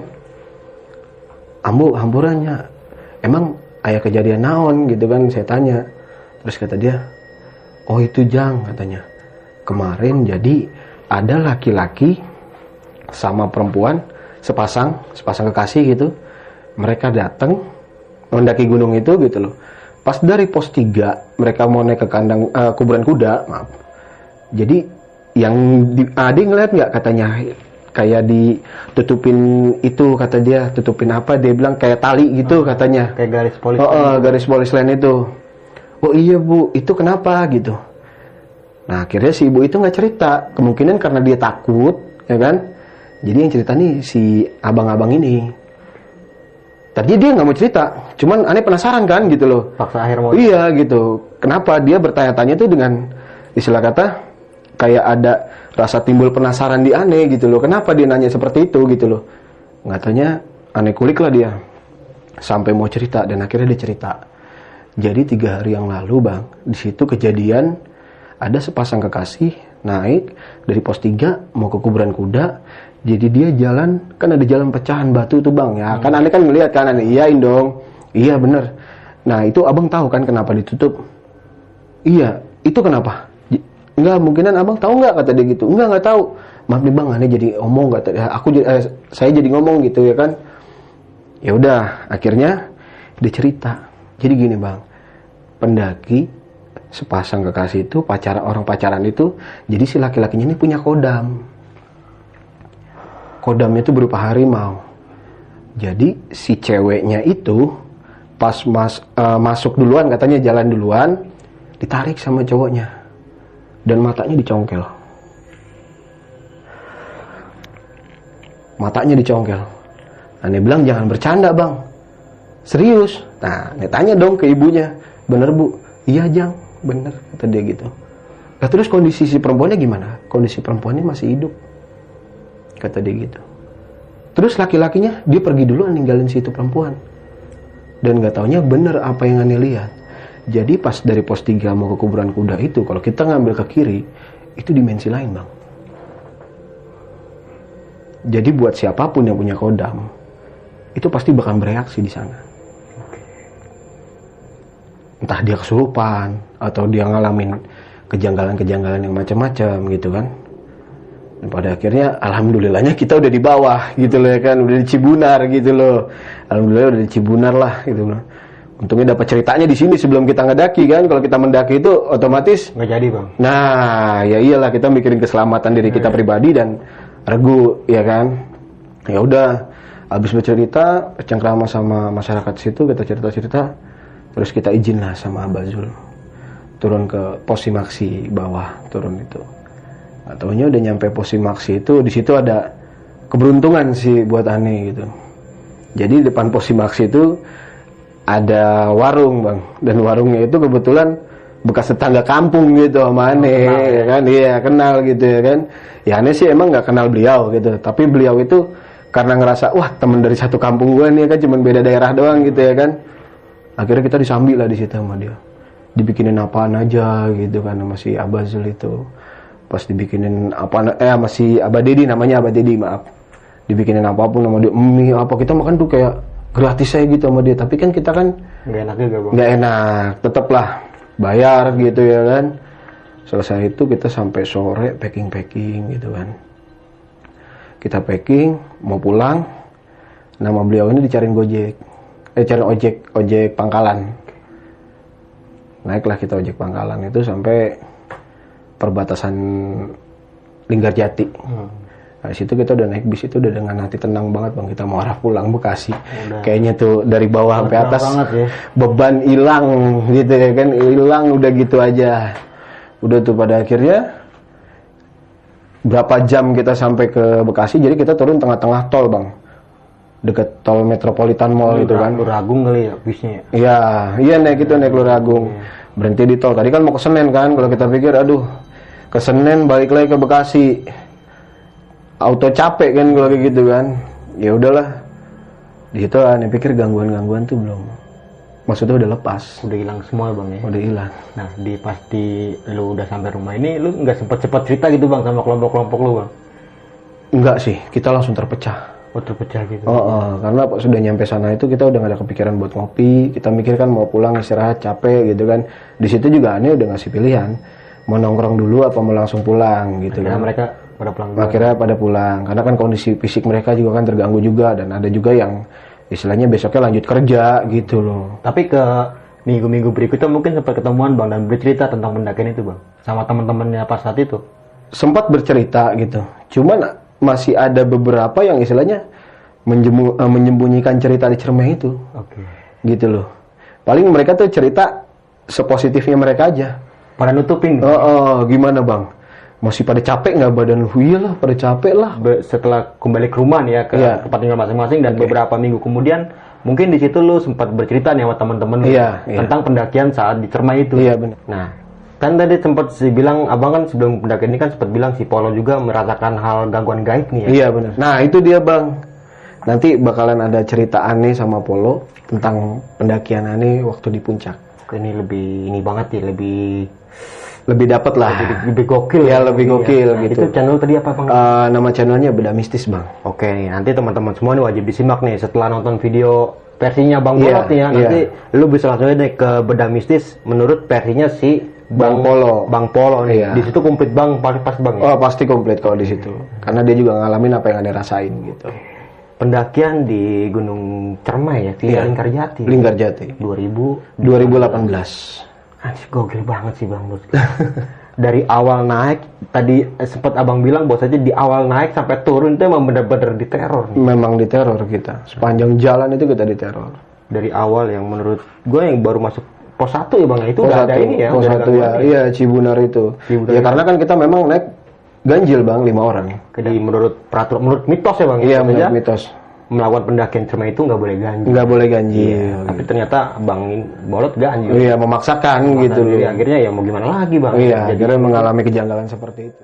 Speaker 2: Ambu hamburannya. Emang ayah kejadian naon gitu kan, saya tanya. Terus kata dia, oh itu Jang katanya. Kemarin jadi ada laki-laki sama perempuan sepasang, sepasang kekasih gitu. Mereka datang mendaki gunung itu gitu loh. Pas dari pos tiga mereka mau naik ke kandang uh, kuburan kuda, maaf. Jadi yang di, Adi ngeliat nggak katanya kayak ditutupin itu kata dia, tutupin apa? Dia bilang kayak tali gitu hmm, katanya.
Speaker 3: Kayak garis polis.
Speaker 2: Oh, uh, garis polis lain itu. Oh iya bu, itu kenapa gitu? Nah akhirnya si ibu itu nggak cerita, kemungkinan karena dia takut, ya kan? Jadi yang cerita nih si abang-abang ini. Tadinya dia nggak mau cerita, cuman Ane penasaran kan gitu loh.
Speaker 3: Paksa akhir mau.
Speaker 2: Iya gitu. Kenapa dia bertanya-tanya tuh dengan istilah kata kayak ada rasa timbul penasaran di Ane gitu loh. Kenapa dia nanya seperti itu gitu loh? Nggak tanya, Ane kulik lah dia sampai mau cerita dan akhirnya dia cerita. Jadi tiga hari yang lalu bang, di situ kejadian ada sepasang kekasih naik dari pos tiga mau ke kuburan kuda. Jadi dia jalan, kan ada jalan pecahan batu tuh bang ya. Hmm. Kan Ane kan ngeliat kan, Ane iyain dong. Iya bener. Nah itu abang tahu kan kenapa ditutup? Iya, itu kenapa? Enggak, mungkinan abang tahu nggak kata dia gitu. Enggak, nggak tahu. Maaf nih bang, Ane jadi ngomong kata dia. Aku eh, saya jadi ngomong gitu ya kan. Ya udah, akhirnya dia cerita. Jadi gini bang, pendaki sepasang kekasih itu pacaran, orang pacaran itu, jadi si laki-lakinya ini punya kodam. Kodamnya itu berupa harimau. Jadi si ceweknya itu pas mas, uh, masuk duluan, katanya jalan duluan, ditarik sama cowoknya dan matanya dicongkel. Matanya dicongkel. Ane bilang jangan bercanda bang, serius. Nah, Ane tanya dong ke ibunya, bener bu? Iya Jang, bener kata dia gitu. Nah terus kondisi si perempuannya gimana? Kondisi perempuannya masih hidup, kata dia gitu. Terus laki-lakinya dia pergi dulu ninggalin situ perempuan. Dan gak taunya bener apa yang Ane lihat. Jadi pas dari pos tiga mau ke kuburan kuda itu, kalau kita ngambil ke kiri, itu dimensi lain bang. Jadi buat siapapun yang punya kodam, itu pasti bakal bereaksi di sana. Entah dia kesurupan, atau dia ngalamin kejanggalan-kejanggalan yang macam-macam gitu kan. Dan pada akhirnya alhamdulillahnya kita udah di bawah gitu loh ya kan, udah di Cibunar gitu loh. Alhamdulillah udah di Cibunar lah gitu loh. Untungnya dapat ceritanya di sini sebelum kita ngedaki kan. Kalau kita mendaki itu otomatis
Speaker 3: nggak jadi bang.
Speaker 2: Nah ya iyalah, kita mikirin keselamatan diri kita pribadi dan regu ya kan. Ya udah, habis bercerita bercengkrama sama masyarakat situ, kita cerita-cerita, terus kita izin lah sama Abazul turun ke pos Simaksi bawah, turun itu. Ataunya udah nyampe pos Simaksi itu, di situ ada keberuntungan sih buat Ane gitu. Jadi depan pos Simaksi itu ada warung bang, dan warungnya itu kebetulan bekas tetangga kampung gitu sama Ane, oh, ya kan, iya kenal gitu ya kan. Ya Ane sih emang nggak kenal beliau gitu, tapi beliau itu karena ngerasa wah teman dari satu kampung gue nih kan, cuman beda daerah doang gitu ya kan. Akhirnya kita disambi lah di situ sama dia, dibikinin apaan aja gitu kan sama si Abazul itu. Pas dibikinin apa eh masih Abah Dedi, namanya Abah Dedi maaf, dibikinin apapun sama dia, mie apa, kita makan tuh kayak gratis aja gitu sama dia. Tapi kan kita kan
Speaker 3: nggak enak juga bang,
Speaker 2: nggak enak, tetaplah bayar gitu ya kan. Selesai itu kita sampai sore packing packing gitu kan, kita packing mau pulang. Nama beliau ini dicariin Gojek, eh cari ojek ojek pangkalan. Naiklah kita ojek pangkalan itu sampai perbatasan Linggarjati. Hmm. Nah, situ kita udah naik bis itu udah dengan hati tenang banget bang, kita mau arah pulang Bekasi. Udah. Kayaknya tuh dari bawah sampai atas ya. Beban hilang gitu ya kan, hilang udah gitu aja. Udah tuh pada akhirnya berapa jam kita sampai ke Bekasi, jadi kita turun tengah-tengah tol bang, deket tol Metropolitan Mall itu kan.
Speaker 3: Luragung kali ya bisnya.
Speaker 2: Iya, iya naik itu naik Luragung, berhenti di tol. Tadi kan mau ke Senen kan, kalau kita pikir aduh ke Senen balik lagi ke Bekasi, auto capek kan kalau kayak gitu kan. Ya udahlah, di situ aneh pikir gangguan-gangguan tuh belum, maksudnya udah lepas,
Speaker 3: Udah hilang semua bang ya.
Speaker 2: udah hilang.
Speaker 3: Nah di pasti lu udah sampai rumah ini, lu nggak sempet cepet cerita gitu bang sama kelompok-kelompok lu bang?
Speaker 2: Enggak sih, kita langsung terpecah.
Speaker 3: Oh terpecah gitu.
Speaker 2: Oh, oh, karena Pak sudah nyampe sana itu kita udah gak ada kepikiran buat ngopi. Kita mikir kan mau pulang istirahat capek gitu kan. Di situ juga aneh udah ngasih pilihan mau nongkrong dulu apa mau langsung pulang gitu.
Speaker 3: Akhirnya
Speaker 2: kan.
Speaker 3: mereka pada pulang.
Speaker 2: Akhirnya pada pulang karena kan kondisi fisik mereka juga kan terganggu juga dan ada juga yang istilahnya besoknya lanjut kerja gitu loh.
Speaker 3: Tapi ke minggu-minggu berikutnya mungkin sempat ketemuan bang dan bercerita tentang pendakian itu bang sama teman-temannya pas saat itu.
Speaker 2: Sempat bercerita gitu. Cuman masih ada beberapa yang istilahnya menjemu, uh, menyembunyikan cerita di Ciremai itu.
Speaker 3: Oke.
Speaker 2: Gitu loh. Paling mereka tuh cerita sepositifnya mereka aja.
Speaker 3: Pada nutupin.
Speaker 2: Oh, oh, gimana bang? Masih pada capek nggak badan lu? Iya lah, pada capek lah.
Speaker 3: Be- setelah kembali ke rumah nih ya ke
Speaker 2: Iya.
Speaker 3: tempat tinggal masing-masing dan beberapa minggu kemudian mungkin di situ lu sempat bercerita nih sama teman-teman lu
Speaker 2: Iya, iya.
Speaker 3: tentang pendakian saat di Ciremai itu.
Speaker 2: Iya benar.
Speaker 3: Nah, kan tadi sempat sih bilang abang kan sebelum pendakian ini kan sempat bilang si Polo juga merasakan hal gangguan gaib nih ya.
Speaker 2: Iya benar. Nah itu dia bang. Nanti bakalan ada cerita aneh sama Polo tentang pendakian aneh waktu di puncak.
Speaker 3: Ini lebih ini banget ya, lebih
Speaker 2: Lebih dapat lah.
Speaker 3: lebih, lebih gokil
Speaker 2: Ya, lebih gokil
Speaker 3: Nah,
Speaker 2: gitu.
Speaker 3: Itu channel tadi apa bang?
Speaker 2: Eh, nama channelnya Beda Mistis bang.
Speaker 3: Oke nih, nanti teman-teman semua nih wajib disimak nih setelah nonton video versinya Bang
Speaker 2: Iya,
Speaker 3: Bolot nih ya. Nanti
Speaker 2: iya.
Speaker 3: lu bisa langsung aja deh ke Bedah Mistis menurut versinya si
Speaker 2: Bang Polo.
Speaker 3: Bang Polo nih.
Speaker 2: Iya.
Speaker 3: Di situ komplit Bang, pas pas Bang ya.
Speaker 2: Oh pasti komplit kalau di situ. Karena dia juga ngalamin apa yang Anda rasain gitu.
Speaker 3: Pendakian di Gunung Ciremai ya, via
Speaker 2: Iya.
Speaker 3: Lingkarjati.
Speaker 2: Linggarjati.
Speaker 3: dua ribu
Speaker 2: dua ribu delapan belas.
Speaker 3: Anjir, gokil banget sih Bang Bos. Dari awal naik, tadi eh, sempat abang bilang bahwa saja di awal naik sampai turun itu emang bener-bener diteror nih.
Speaker 2: Memang diteror kita. Sepanjang jalan itu kita diteror.
Speaker 3: Dari awal yang menurut gue yang baru masuk pos satu ya Bang, itu
Speaker 2: Pos
Speaker 3: udah ada
Speaker 2: satu,
Speaker 3: ini ya.
Speaker 2: pos
Speaker 3: udah ada
Speaker 2: satu ya,
Speaker 3: gangguan
Speaker 2: iya Cibunar itu.
Speaker 3: Cibunar
Speaker 2: ya
Speaker 3: itu.
Speaker 2: karena kan kita memang naik ganjil bang, lima orang.
Speaker 3: Jadi menurut peraturan, menurut mitos ya Bang,
Speaker 2: Iya
Speaker 3: ya,
Speaker 2: menurut
Speaker 3: saja
Speaker 2: mitos.
Speaker 3: melakukan pendakian Ciremai itu nggak boleh ganjil.
Speaker 2: Nggak boleh ganjil.
Speaker 3: Tapi ternyata Bang Bolot ganjil.
Speaker 2: Iya memaksakan gitu loh.
Speaker 3: Jadi akhirnya ya mau gimana lagi Bang.
Speaker 2: Iya,
Speaker 3: Jadi
Speaker 2: akhirnya mengalami kejanggalan seperti itu.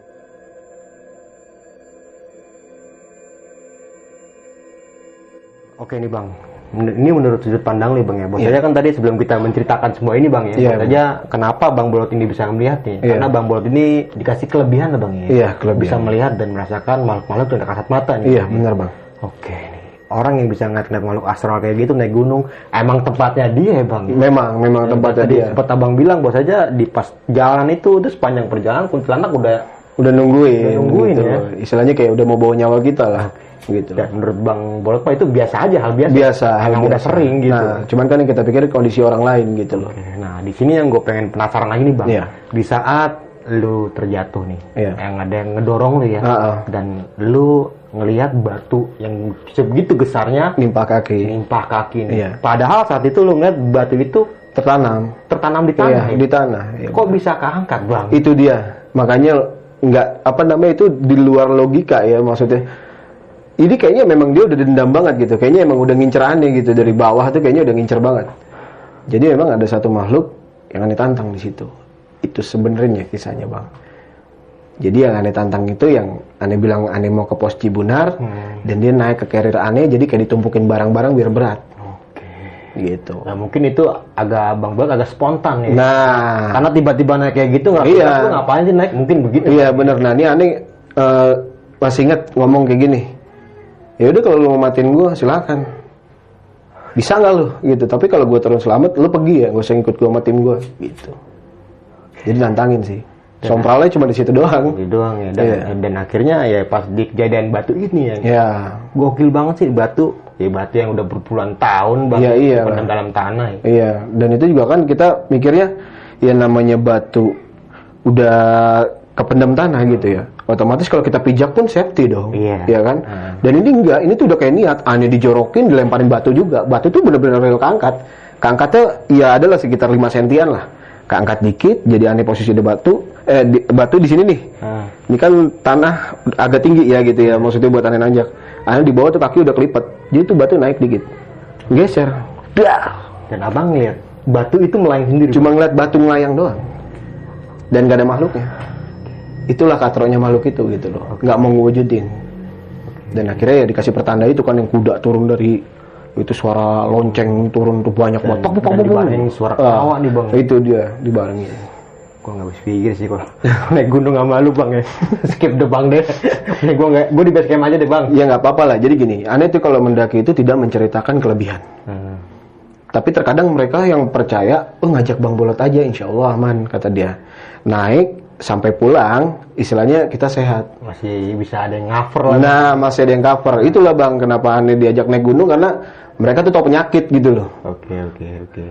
Speaker 3: oke nih Bang. Men- Ini menurut sudut pandang nih Bang ya. Bahwasanya kan tadi sebelum kita menceritakan semua ini Bang ya.
Speaker 2: Iya,
Speaker 3: bahwasanya kenapa Bang Bolot ini bisa melihatnya?
Speaker 2: Iya.
Speaker 3: Karena Bang Bolot ini dikasih kelebihan lah Bang ya.
Speaker 2: Iya, kelebihan.
Speaker 3: Bisa melihat dan merasakan makhluk-makhluk dengan kasat mata nih.
Speaker 2: Iya benar bang.
Speaker 3: Oke nih. Orang yang bisa ngeliat-ngeliat makhluk astral kayak gitu naik gunung, emang tempatnya dia ya Bang.
Speaker 2: Memang memang tempatnya
Speaker 3: Tadi
Speaker 2: dia.
Speaker 3: sempat abang bilang bahwa saja di pas jalan itu, terus sepanjang perjalanan kuntilanak udah.
Speaker 2: Udah nungguin.
Speaker 3: Udah nungguin,
Speaker 2: gitu
Speaker 3: ya.
Speaker 2: loh. Istilahnya kayak udah mau bawa nyawa kita lah. Gitu.
Speaker 3: Dan menurut Bang Bolot Pak itu biasa aja, hal biasa.
Speaker 2: Biasa. hal
Speaker 3: Emang udah
Speaker 2: biasa.
Speaker 3: sering gitu.
Speaker 2: Nah, cuman kan yang kita pikir kondisi orang lain gitu loh.
Speaker 3: Oke, nah di sini yang gue pengen penasaran lagi nih Bang.
Speaker 2: Iya.
Speaker 3: Di saat lu terjatuh nih,
Speaker 2: Iya.
Speaker 3: yang ada yang ngedorong lu ya,
Speaker 2: Ah, ah.
Speaker 3: dan lu ngelihat batu yang sebegitu besarnya
Speaker 2: Nimpa kaki.
Speaker 3: nimpah kaki nih.
Speaker 2: Iya.
Speaker 3: Padahal saat itu lu ngeliat batu itu
Speaker 2: Tertanam.
Speaker 3: tertanam di
Speaker 2: Iya,
Speaker 3: tanah. ya?
Speaker 2: di tanah. Iya.
Speaker 3: Kok bisa keangkat Bang?
Speaker 2: Itu dia. Makanya nggak apa namanya itu di luar logika ya maksudnya. Ini kayaknya memang dia udah dendam banget gitu. Kayaknya emang udah ngincer aneh gitu dari bawah tuh kayaknya udah ngincer banget. Jadi memang ada satu makhluk yang aneh tantang di situ. Itu sebenarnya kisahnya bang. Jadi yang aneh tantang itu yang aneh bilang aneh mau ke pos Cibunar
Speaker 3: Hmm.
Speaker 2: dan dia naik ke carrier aneh jadi kayak ditumpukin barang-barang biar berat.
Speaker 3: Oke.
Speaker 2: Gitu.
Speaker 3: Nah mungkin itu agak Bang Bolot agak spontan ya.
Speaker 2: Nah,
Speaker 3: Karena tiba-tiba naik kayak gitu nggak
Speaker 2: Iya.
Speaker 3: lu ngapain sih naik? Mungkin begitu.
Speaker 2: iya bener. Nah ini aneh eh, masih inget ngomong kayak gini. Ya udah kalau lu mau matiin gue silakan. Bisa nggak lu gitu. Tapi kalau gue turun selamat, lu pergi ya, gak usah ikut gue sama tim gue gitu. Jadi nantangin sih. Sompralnya cuma di situ doang.
Speaker 3: Gitu doang ya. Dan,
Speaker 2: Iya.
Speaker 3: dan akhirnya ya pas di kejadian batu ini ya.
Speaker 2: Ya,
Speaker 3: Gokil banget sih batu. Ya batu yang udah berpuluhan tahun Bang.
Speaker 2: Iya, iya.
Speaker 3: Pendam dalam tanah ya.
Speaker 2: iya. Dan itu juga kan kita mikirnya ya namanya batu udah kependam tanah gitu ya. Otomatis kalau kita pijak pun safety dong.
Speaker 3: Iya.
Speaker 2: Ya kan?
Speaker 3: Hmm.
Speaker 2: Dan ini enggak, ini tuh udah kayak niat, aneh dijorokin, dilemparin batu juga. Batu tuh bener-bener real keangkat. Keangkatnya ya adalah sekitar lima sentian lah. keangkat dikit, jadi aneh posisi di batu, eh di, batu di sini nih. Hmm. Ini kan tanah agak tinggi ya gitu ya, maksudnya buat aneh nanjak. Aneh di bawah tuh kaki udah kelipet, jadi tuh batu naik dikit, geser, dah.
Speaker 3: Dan abang lihat batu itu melayang sendiri.
Speaker 2: Cuma ngeliat batu melayang doang, dan gak ada makhluknya. Itulah katronya makhluk itu gitu loh, nggak mau ngewujudin. Dan akhirnya ya dikasih pertanda itu kan yang kuda turun dari itu, suara lonceng turun tuh banyak banget.
Speaker 3: Dan, dan dibarengin suara ketawa uh, nih bang.
Speaker 2: Itu dia dibarengin.
Speaker 3: Gue nggak bisa pikir sih kalau naik gunung sama lu bang ya. Skip deh bang deh. Nih gue nggak, gue di base camp aja deh bang.
Speaker 2: Ya nggak apa-apa lah. Jadi gini, aneh tuh kalau mendaki itu tidak menceritakan kelebihan. Hmm. Tapi terkadang mereka yang percaya, oh ngajak Bang Bolot aja, insya Allah aman kata dia. Naik sampai pulang, istilahnya kita sehat.
Speaker 3: Masih bisa ada yang cover lah.
Speaker 2: Nah, masih ada yang cover. Itulah bang, kenapa aneh diajak naik gunung, karena mereka tuh tahu penyakit gitu loh.
Speaker 3: Oke, oke, oke.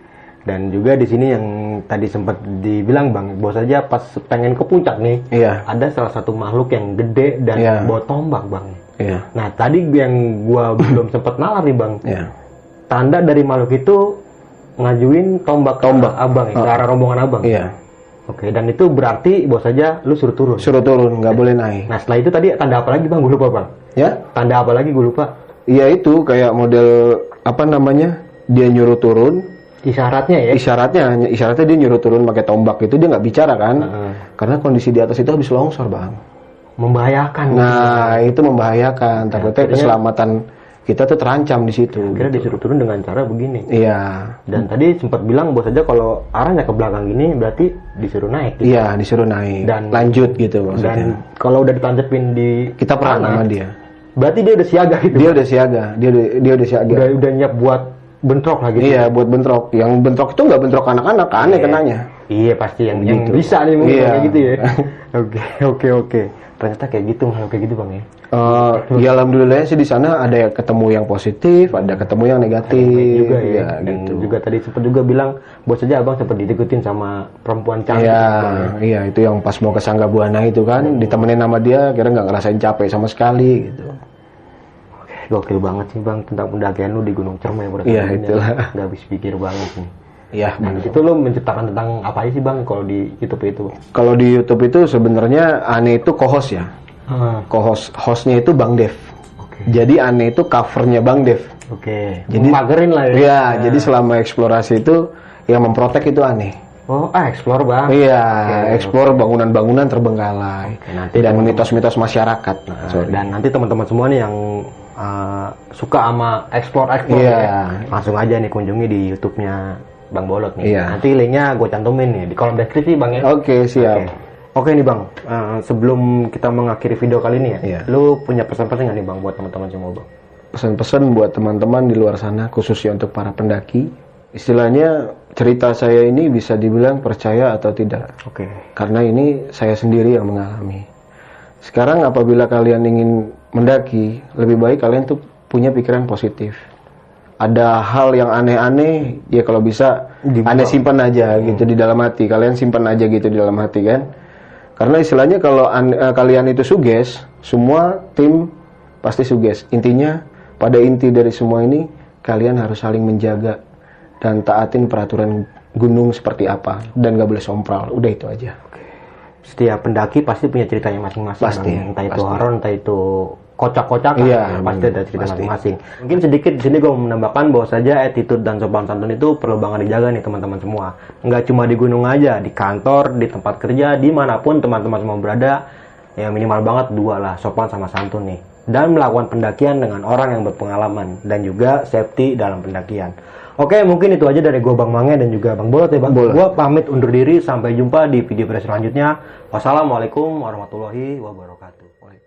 Speaker 3: Dan juga di sini yang tadi sempat dibilang bang, bos aja pas pengen ke puncak nih,
Speaker 2: iya.
Speaker 3: ada salah satu makhluk yang gede dan iya. bawa tombak bang.
Speaker 2: Iya.
Speaker 3: Nah tadi yang gua belum sempat nalar nih bang.
Speaker 2: Iya.
Speaker 3: Tanda dari makhluk itu ngajuin tombak tombak abang, ya, ke arah rombongan abang.
Speaker 2: Iya.
Speaker 3: Oke, dan itu berarti bos aja lu suruh turun.
Speaker 2: Suruh turun, nggak boleh naik.
Speaker 3: Nah setelah itu tadi tanda apa lagi bang? Gue lupa bang.
Speaker 2: Ya?
Speaker 3: Tanda apa lagi? Gue lupa.
Speaker 2: Iya itu kayak model apa namanya? Dia nyuruh turun.
Speaker 3: Isyaratnya ya?
Speaker 2: Isyaratnya, isyaratnya dia nyuruh turun pakai tombak itu, dia nggak bicara kan? Uh-huh. Karena kondisi di atas itu habis longsor bang.
Speaker 3: Membahayakan.
Speaker 2: Nah itu membahayakan. Takutnya keselamatan kita tuh terancam di situ.
Speaker 3: Kira gitu. Disuruh turun dengan cara begini.
Speaker 2: Iya.
Speaker 3: Dan hmm. tadi sempat bilang bos aja kalau arahnya ke belakang gini berarti disuruh naik. Gitu.
Speaker 2: Iya, disuruh naik.
Speaker 3: Dan
Speaker 2: lanjut gitu maksudnya.
Speaker 3: Dan kalau udah ditancepin di
Speaker 2: kita perang sama dia.
Speaker 3: Berarti dia udah siaga gitu.
Speaker 2: Dia udah siaga. Dia udah dia udah siaga.
Speaker 3: Udah udah nyiap buat bentrok lagi. Gitu.
Speaker 2: Iya, buat bentrok. Yang bentrok itu nggak bentrok anak-anak, aneh
Speaker 3: iya.
Speaker 2: kenanya.
Speaker 3: Iya pasti yang,
Speaker 2: gitu.
Speaker 3: yang bisa nih mungkin
Speaker 2: iya.
Speaker 3: kayak gitu ya. Oke oke oke. Ternyata kayak gitu, kayak gitu bang ya.
Speaker 2: Uh, ya alhamdulillah sih di sana ada ketemu yang positif, ada ketemu yang negatif
Speaker 3: juga ya.
Speaker 2: ya
Speaker 3: Dan
Speaker 2: gitu.
Speaker 3: juga tadi sempat juga bilang bos aja abang sempat dideketin sama perempuan cantik.
Speaker 2: Iya, iya itu yang pas mau ke Sangga Buana itu kan, hmm. ditemenin sama dia, kira nggak ngerasain capek sama sekali gitu.
Speaker 3: Oke, gokil banget sih bang tentang pendakian lu di Gunung Cermai.
Speaker 2: Iya itulah.
Speaker 3: Nggak habis pikir banget nih.
Speaker 2: Iya.
Speaker 3: Dan itu lu menciptakan tentang apa aja sih bang kalau di YouTube itu?
Speaker 2: Kalau di YouTube itu sebenarnya aneh itu co-host ya. Hmm. Co-host, hostnya itu Bang Dev. Okay. Jadi aneh itu covernya Bang Dev.
Speaker 3: Oke. Okay.
Speaker 2: Jadi
Speaker 3: magerin lah ya.
Speaker 2: Iya, nah. Jadi selama eksplorasi itu yang memprotek itu aneh.
Speaker 3: Oh, ah explore bang.
Speaker 2: Iya, okay, explore okay. bangunan-bangunan terbengkalai. Okay, nanti dan mitos-mitos masyarakat.
Speaker 3: Nah, dan nanti teman-teman semua nih yang uh, suka sama explore-explore
Speaker 2: yeah.
Speaker 3: ya, langsung aja nih kunjungi di YouTube-nya Bang Bolot nih.
Speaker 2: Yeah.
Speaker 3: Nanti linknya gue cantumin nih di kolom deskripsi bang ya.
Speaker 2: Oke okay, siap.
Speaker 3: Okay. Oke nih bang, uh, sebelum kita mengakhiri video kali ini ya, yeah. lu punya pesan-pesan nggak nih bang buat teman-teman semua bang?
Speaker 2: Pesan-pesan buat teman-teman di luar sana, khususnya untuk para pendaki. Istilahnya cerita saya ini bisa dibilang percaya atau tidak.
Speaker 3: Oke. Okay.
Speaker 2: Karena ini saya sendiri yang mengalami. Sekarang apabila kalian ingin mendaki, lebih baik kalian tuh punya pikiran positif. Ada hal yang aneh-aneh, ya kalau bisa aneh simpan aja hmm. gitu di dalam hati. Kalian simpan aja gitu di dalam hati kan. Karena istilahnya kalau an, uh, kalian itu suges, semua tim pasti suges. Intinya pada inti dari semua ini kalian harus saling menjaga dan taatin peraturan gunung seperti apa dan gak boleh sompral. Udah itu aja.
Speaker 3: Setiap pendaki pasti punya ceritanya masing-masing.
Speaker 2: Pasti.
Speaker 3: Entah itu
Speaker 2: pasti.
Speaker 3: horor, entah itu kocak-kocak,
Speaker 2: iya,
Speaker 3: pasti ada cerita
Speaker 2: pasti.
Speaker 3: masing-masing. Mungkin sedikit di sini gue menambahkan bahwa saja attitude dan sopan santun itu perlu banget dijaga nih teman-teman semua. Nggak cuma di gunung aja, di kantor, di tempat kerja, dimanapun teman-teman semua berada, ya minimal banget dua lah, sopan sama santun nih. Dan melakukan pendakian dengan orang yang berpengalaman dan juga safety dalam pendakian. Oke, mungkin itu aja dari gue Bang Mange dan juga Bang Bolot ya Bang. Gue pamit undur diri, sampai jumpa di video selanjutnya. Wassalamualaikum warahmatullahi wabarakatuh.